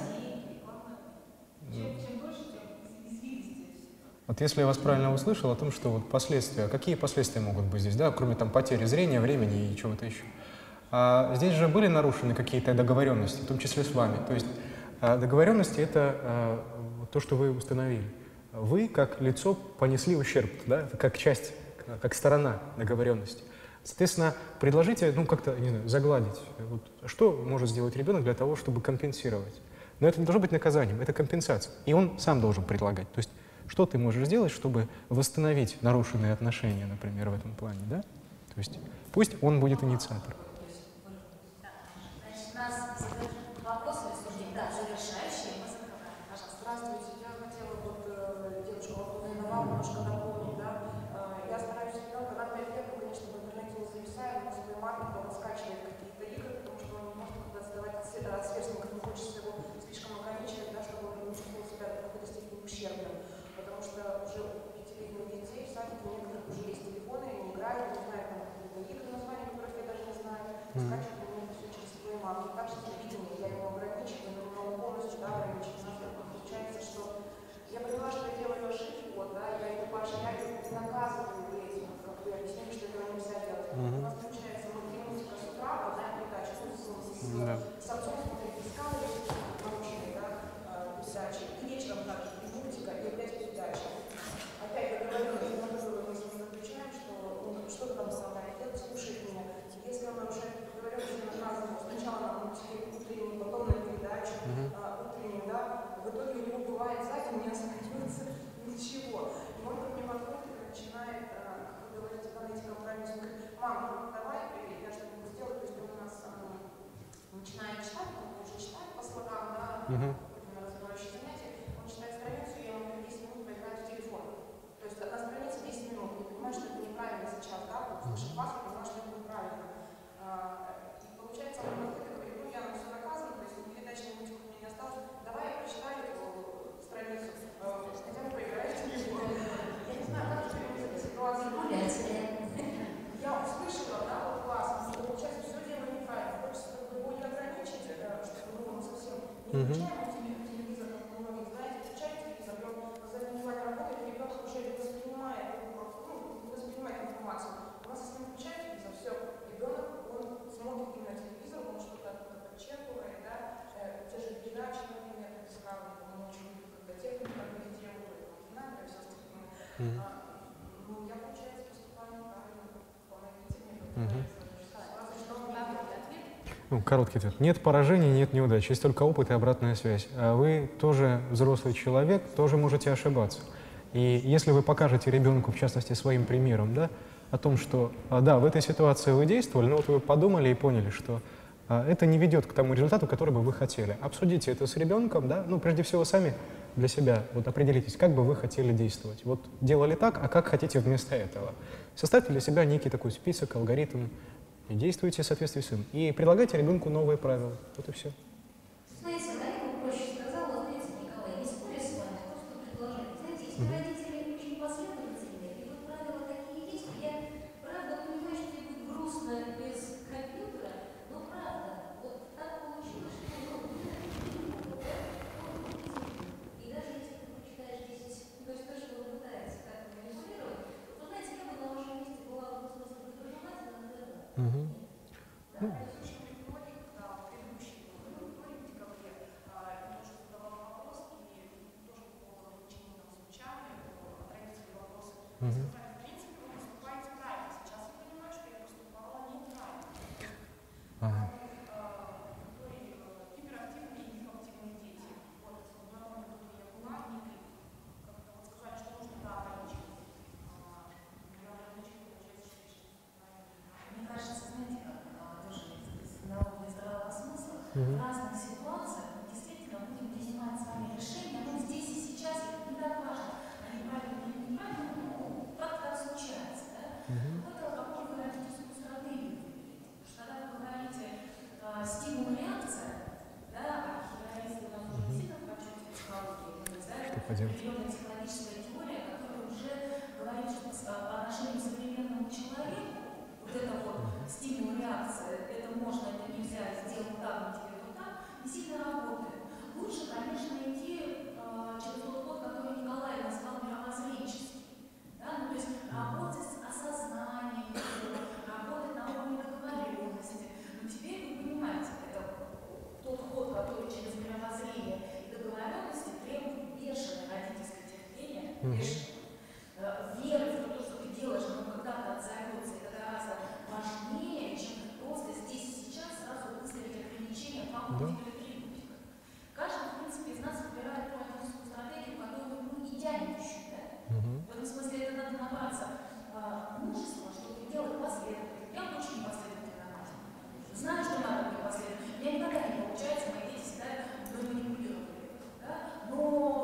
Чем, чем дольше, тем извилистее. Вот если я вас правильно услышал о том, что вот последствия, какие последствия могут быть здесь, да, кроме там потери зрения, времени и чего-то еще. А здесь же были нарушены какие-то договоренности, в том числе с вами. То есть а, договоренности — это а, вот то, что вы установили. Вы, как лицо, понесли ущерб, да, как часть, как сторона договоренности. Соответственно, предложите, ну, как-то, не знаю, загладить. Вот, что может сделать ребенок для того, чтобы компенсировать? Но это не должно быть наказанием, это компенсация. И он сам должен предлагать. То есть, что ты можешь сделать, чтобы восстановить нарушенные отношения, например, в этом плане, да? То есть, пусть он будет инициатором. Значит, у нас вопросы рассуждения, да, завершающие, мы закрываем. Пожалуйста. Здравствуйте, я хотела вот э, девушка вот задавала, немножко дополнить, да. Э, я стараюсь ребенка на пять лет, мы, конечно, в интернете не зависаем, но свой маркетинг он скачивает какие-то игры, потому что он не может никуда задавать от све- от сверстников, не хочется его слишком ограничивать, да, чтобы он не чувствовал себя в какой-то степени ущербным. Потому что уже у пятилетних детей в садике у некоторых уже есть телефоны, они играют, не знают там какие-то игры, названия которых я даже не знаю, скачивают у него все через свой маркетинг. Также телевидение я его ограничиваю, но не могу полностью, да, ограничить. Получается, что я поняла, что я делаю ошибку, вот, да, я это поощряю и наказываю этим, как вы объяснили, что этого нельзя делать. У нас получается, мы три мультика с утра, одна передача, ну, с, с, Да. с отцом смотрим Discovery, научные, да, э, передачи, и вечером также три мультика, и опять передачи. Опять договоренность, на которую мы с ним заключаем, что ну, что-то там самое делать, слушает меня. Если он нарушает договоренность, я наказываю сначала на мультики утренние, потом на передачу, а, утреннюю, да, в итоге у него бывает сзади, у меня остается ничего. И он ко мне подходит и начинает, а, как вы говорите, да, найти компромисс. Он говорит, мам, ну, давай, я что могу сделать, то есть он у нас а, начинает читать, он уже читает по слогам, да, Мгм. на развивающие занятия, он читает страницу, и я ему говорю, десять минут поиграть в телефон. То есть одна страница десять минут, я понимаю, что это неправильно сейчас, да, вот слушать вас, я понимаю, что это неправильно. А, и получается, он подходит и говорит, ну, я на все наказан, то есть передачный мультик у меня не осталось, давай я прочитаю эту страницу, а, хотя бы поиграть в телефон. Я не знаю, как же из этой ситуации гулять. Я услышала, да, вот классно, что получается, все дело неправильно, хочется как бы его не ограничить, да, чтобы ну, он совсем не включаем телевизор, как вы многие знаете, включаем телевизор, и он на заднем плане работает, и ребенок уже не воспринимает, ну, не воспринимает информацию. У нас, если мы включаем телевизор, все, ребенок, он смотрит именно телевизор, он что-то оттуда подчеркивает, да, э, те же передачи, например, Discovery, он очень любит, когда технику, как бы детей уходит, он знает, и все остальное. А, ну, я, получается, поступаю неправильно, помогите мне, Мгм. сразу, что мне делать? Ну, короткий ответ. Нет поражений, нет неудач. Есть только опыт и обратная связь. А вы тоже взрослый человек, тоже можете ошибаться. И если вы покажете ребенку, в частности, своим примером, да, о том, что, да, в этой ситуации вы действовали, но вот вы подумали и поняли, что это не ведет к тому результату, который бы вы хотели. Обсудите это с ребенком, да, ну, прежде всего, сами для себя вот определитесь, как бы вы хотели действовать. Вот делали так, а как хотите вместо этого. Составьте для себя некий такой список, алгоритм, и действуйте в соответствии с ним. И предлагайте ребенку новые правила. Вот и все. Знаете, наверное, проще сказал, вот видите, Николай, не споря с вами, просто предложение. Знаете, если Мгм. родители очень последовательные, и вот правила такие есть, я правда понимаю, что это будет грустно без компьютера, но правда, вот так получилось, что ну, да, и даже если ты прочитаешь десять, то есть то, что он пытается как-то манипулировать, то, знаете, я бы на вашем месте была в смысле доброжелательна, да. Мгм. Да, это очень многих, когда в предыдущей аудитории, в декабре, немножко задавал вопрос, и тоже по поводу обучения там звучания, родители вопросы. Мгм. Сказали, в принципе, вы поступаете правильно. Сейчас я понимаю, что я поступала неправильно. Ага. Аудитории гиперактивные и гиперактивные дети. Вот, в одном году я была, мне как-то вот сказали, что нужно да, ограничить. Я ограничила, получается, что я сейчас Мне кажется, знаете, как а, тоже на уровне здравого смысла, Мгм. в разных ситуациях мы действительно будем принимать с вами решения, но здесь и сейчас это не так важно. Они правильно или неправильно, ну, как так случается, да? Мгм. Это какую вы родительскую стратегию выберете. Потому что когда вы говорите а, стимул-реакция, да, а если у нас уже сильно в почете психологии, мы знаем, Что поделать? определенная психологическая теория, которая уже говорит, что по отношению к современному человеку вот это вот стимул-реакция, это можно, это нельзя, сделать так, теперь вот так, не сильно работает. Лучше, конечно, идти э, через тот ход, который Николай назвал мировоззренческий. Да? Ну, то есть работать с осознанием, работать на уровне договоренности. Но теперь вы понимаете, это тот ход, который через мировоззрение и договоренности требует бешеное родительское терпение, Мгм. бешеное. Э, веры в то, что ты делаешь, оно когда-то отзовется, это гораздо важнее, чем просто здесь и сейчас сразу выставить ограничения по Да. пункту атрибутика. Каждый, в принципе, из нас выбирает ту родительскую стратегию, которую ну, не тянет еще, да? Мгм. В этом смысле это надо набраться а, мужества, чтобы делать последовательно. Я вот очень непоследовательная мать. Знаю, что надо быть последовательным. У меня никогда не получается, мои дети всегда манипулировали. Да? Но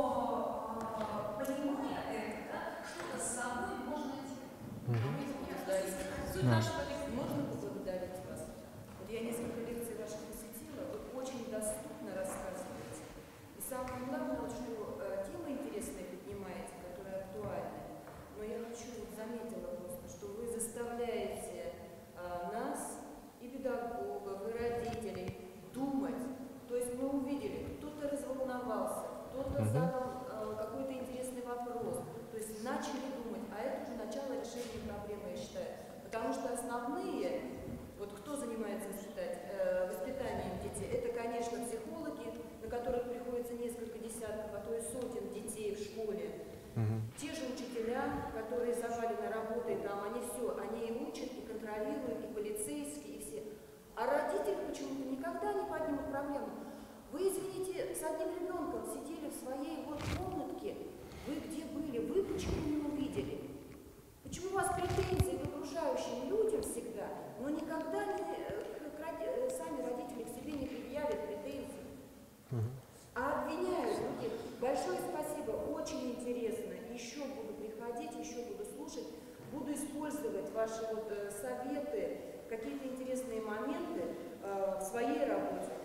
а, понимая это, да, что-то с собой можно делать. Мгм. Суть Да. нашего лекции, можно поблагодарить вас? Вот я несколько лекций ваших посетила, вы очень доступно рассказываете. И самое главное, вот, что э, темы интересные поднимаете, которые актуальны. Но я хочу, вот, заметила просто, что вы заставляете э, нас, и педагогов, и родителей, думать. То есть мы увидели, кто-то разволновался, кто-то Мгм. задал э, какой-то интересный вопрос. То есть начали думать, а это уже начало решения проблемы, я считаю. Потому что основные, вот кто занимается воспитать, э, воспитанием детей, это, конечно, психологи, на которых приходится несколько десятков, а то и сотен детей в школе. Мгм. Те же учителя, которые завалены работой, там они все, они и учат, и контролируют, и полицейские, и все. А родители почему-то никогда не поднимут проблему. Вы, извините, с одним ребенком сидели в своей вот комнатке, вы где были, вы почему не увидели? Почему у вас претензии к окружающим людям всегда, но никогда не, э, сами родители к себе не предъявят претензий, Мгм. а обвиняют других? Большое спасибо, очень интересно. Еще буду приходить, еще буду слушать, буду использовать ваши вот, э, советы, какие-то интересные моменты э, в своей работе.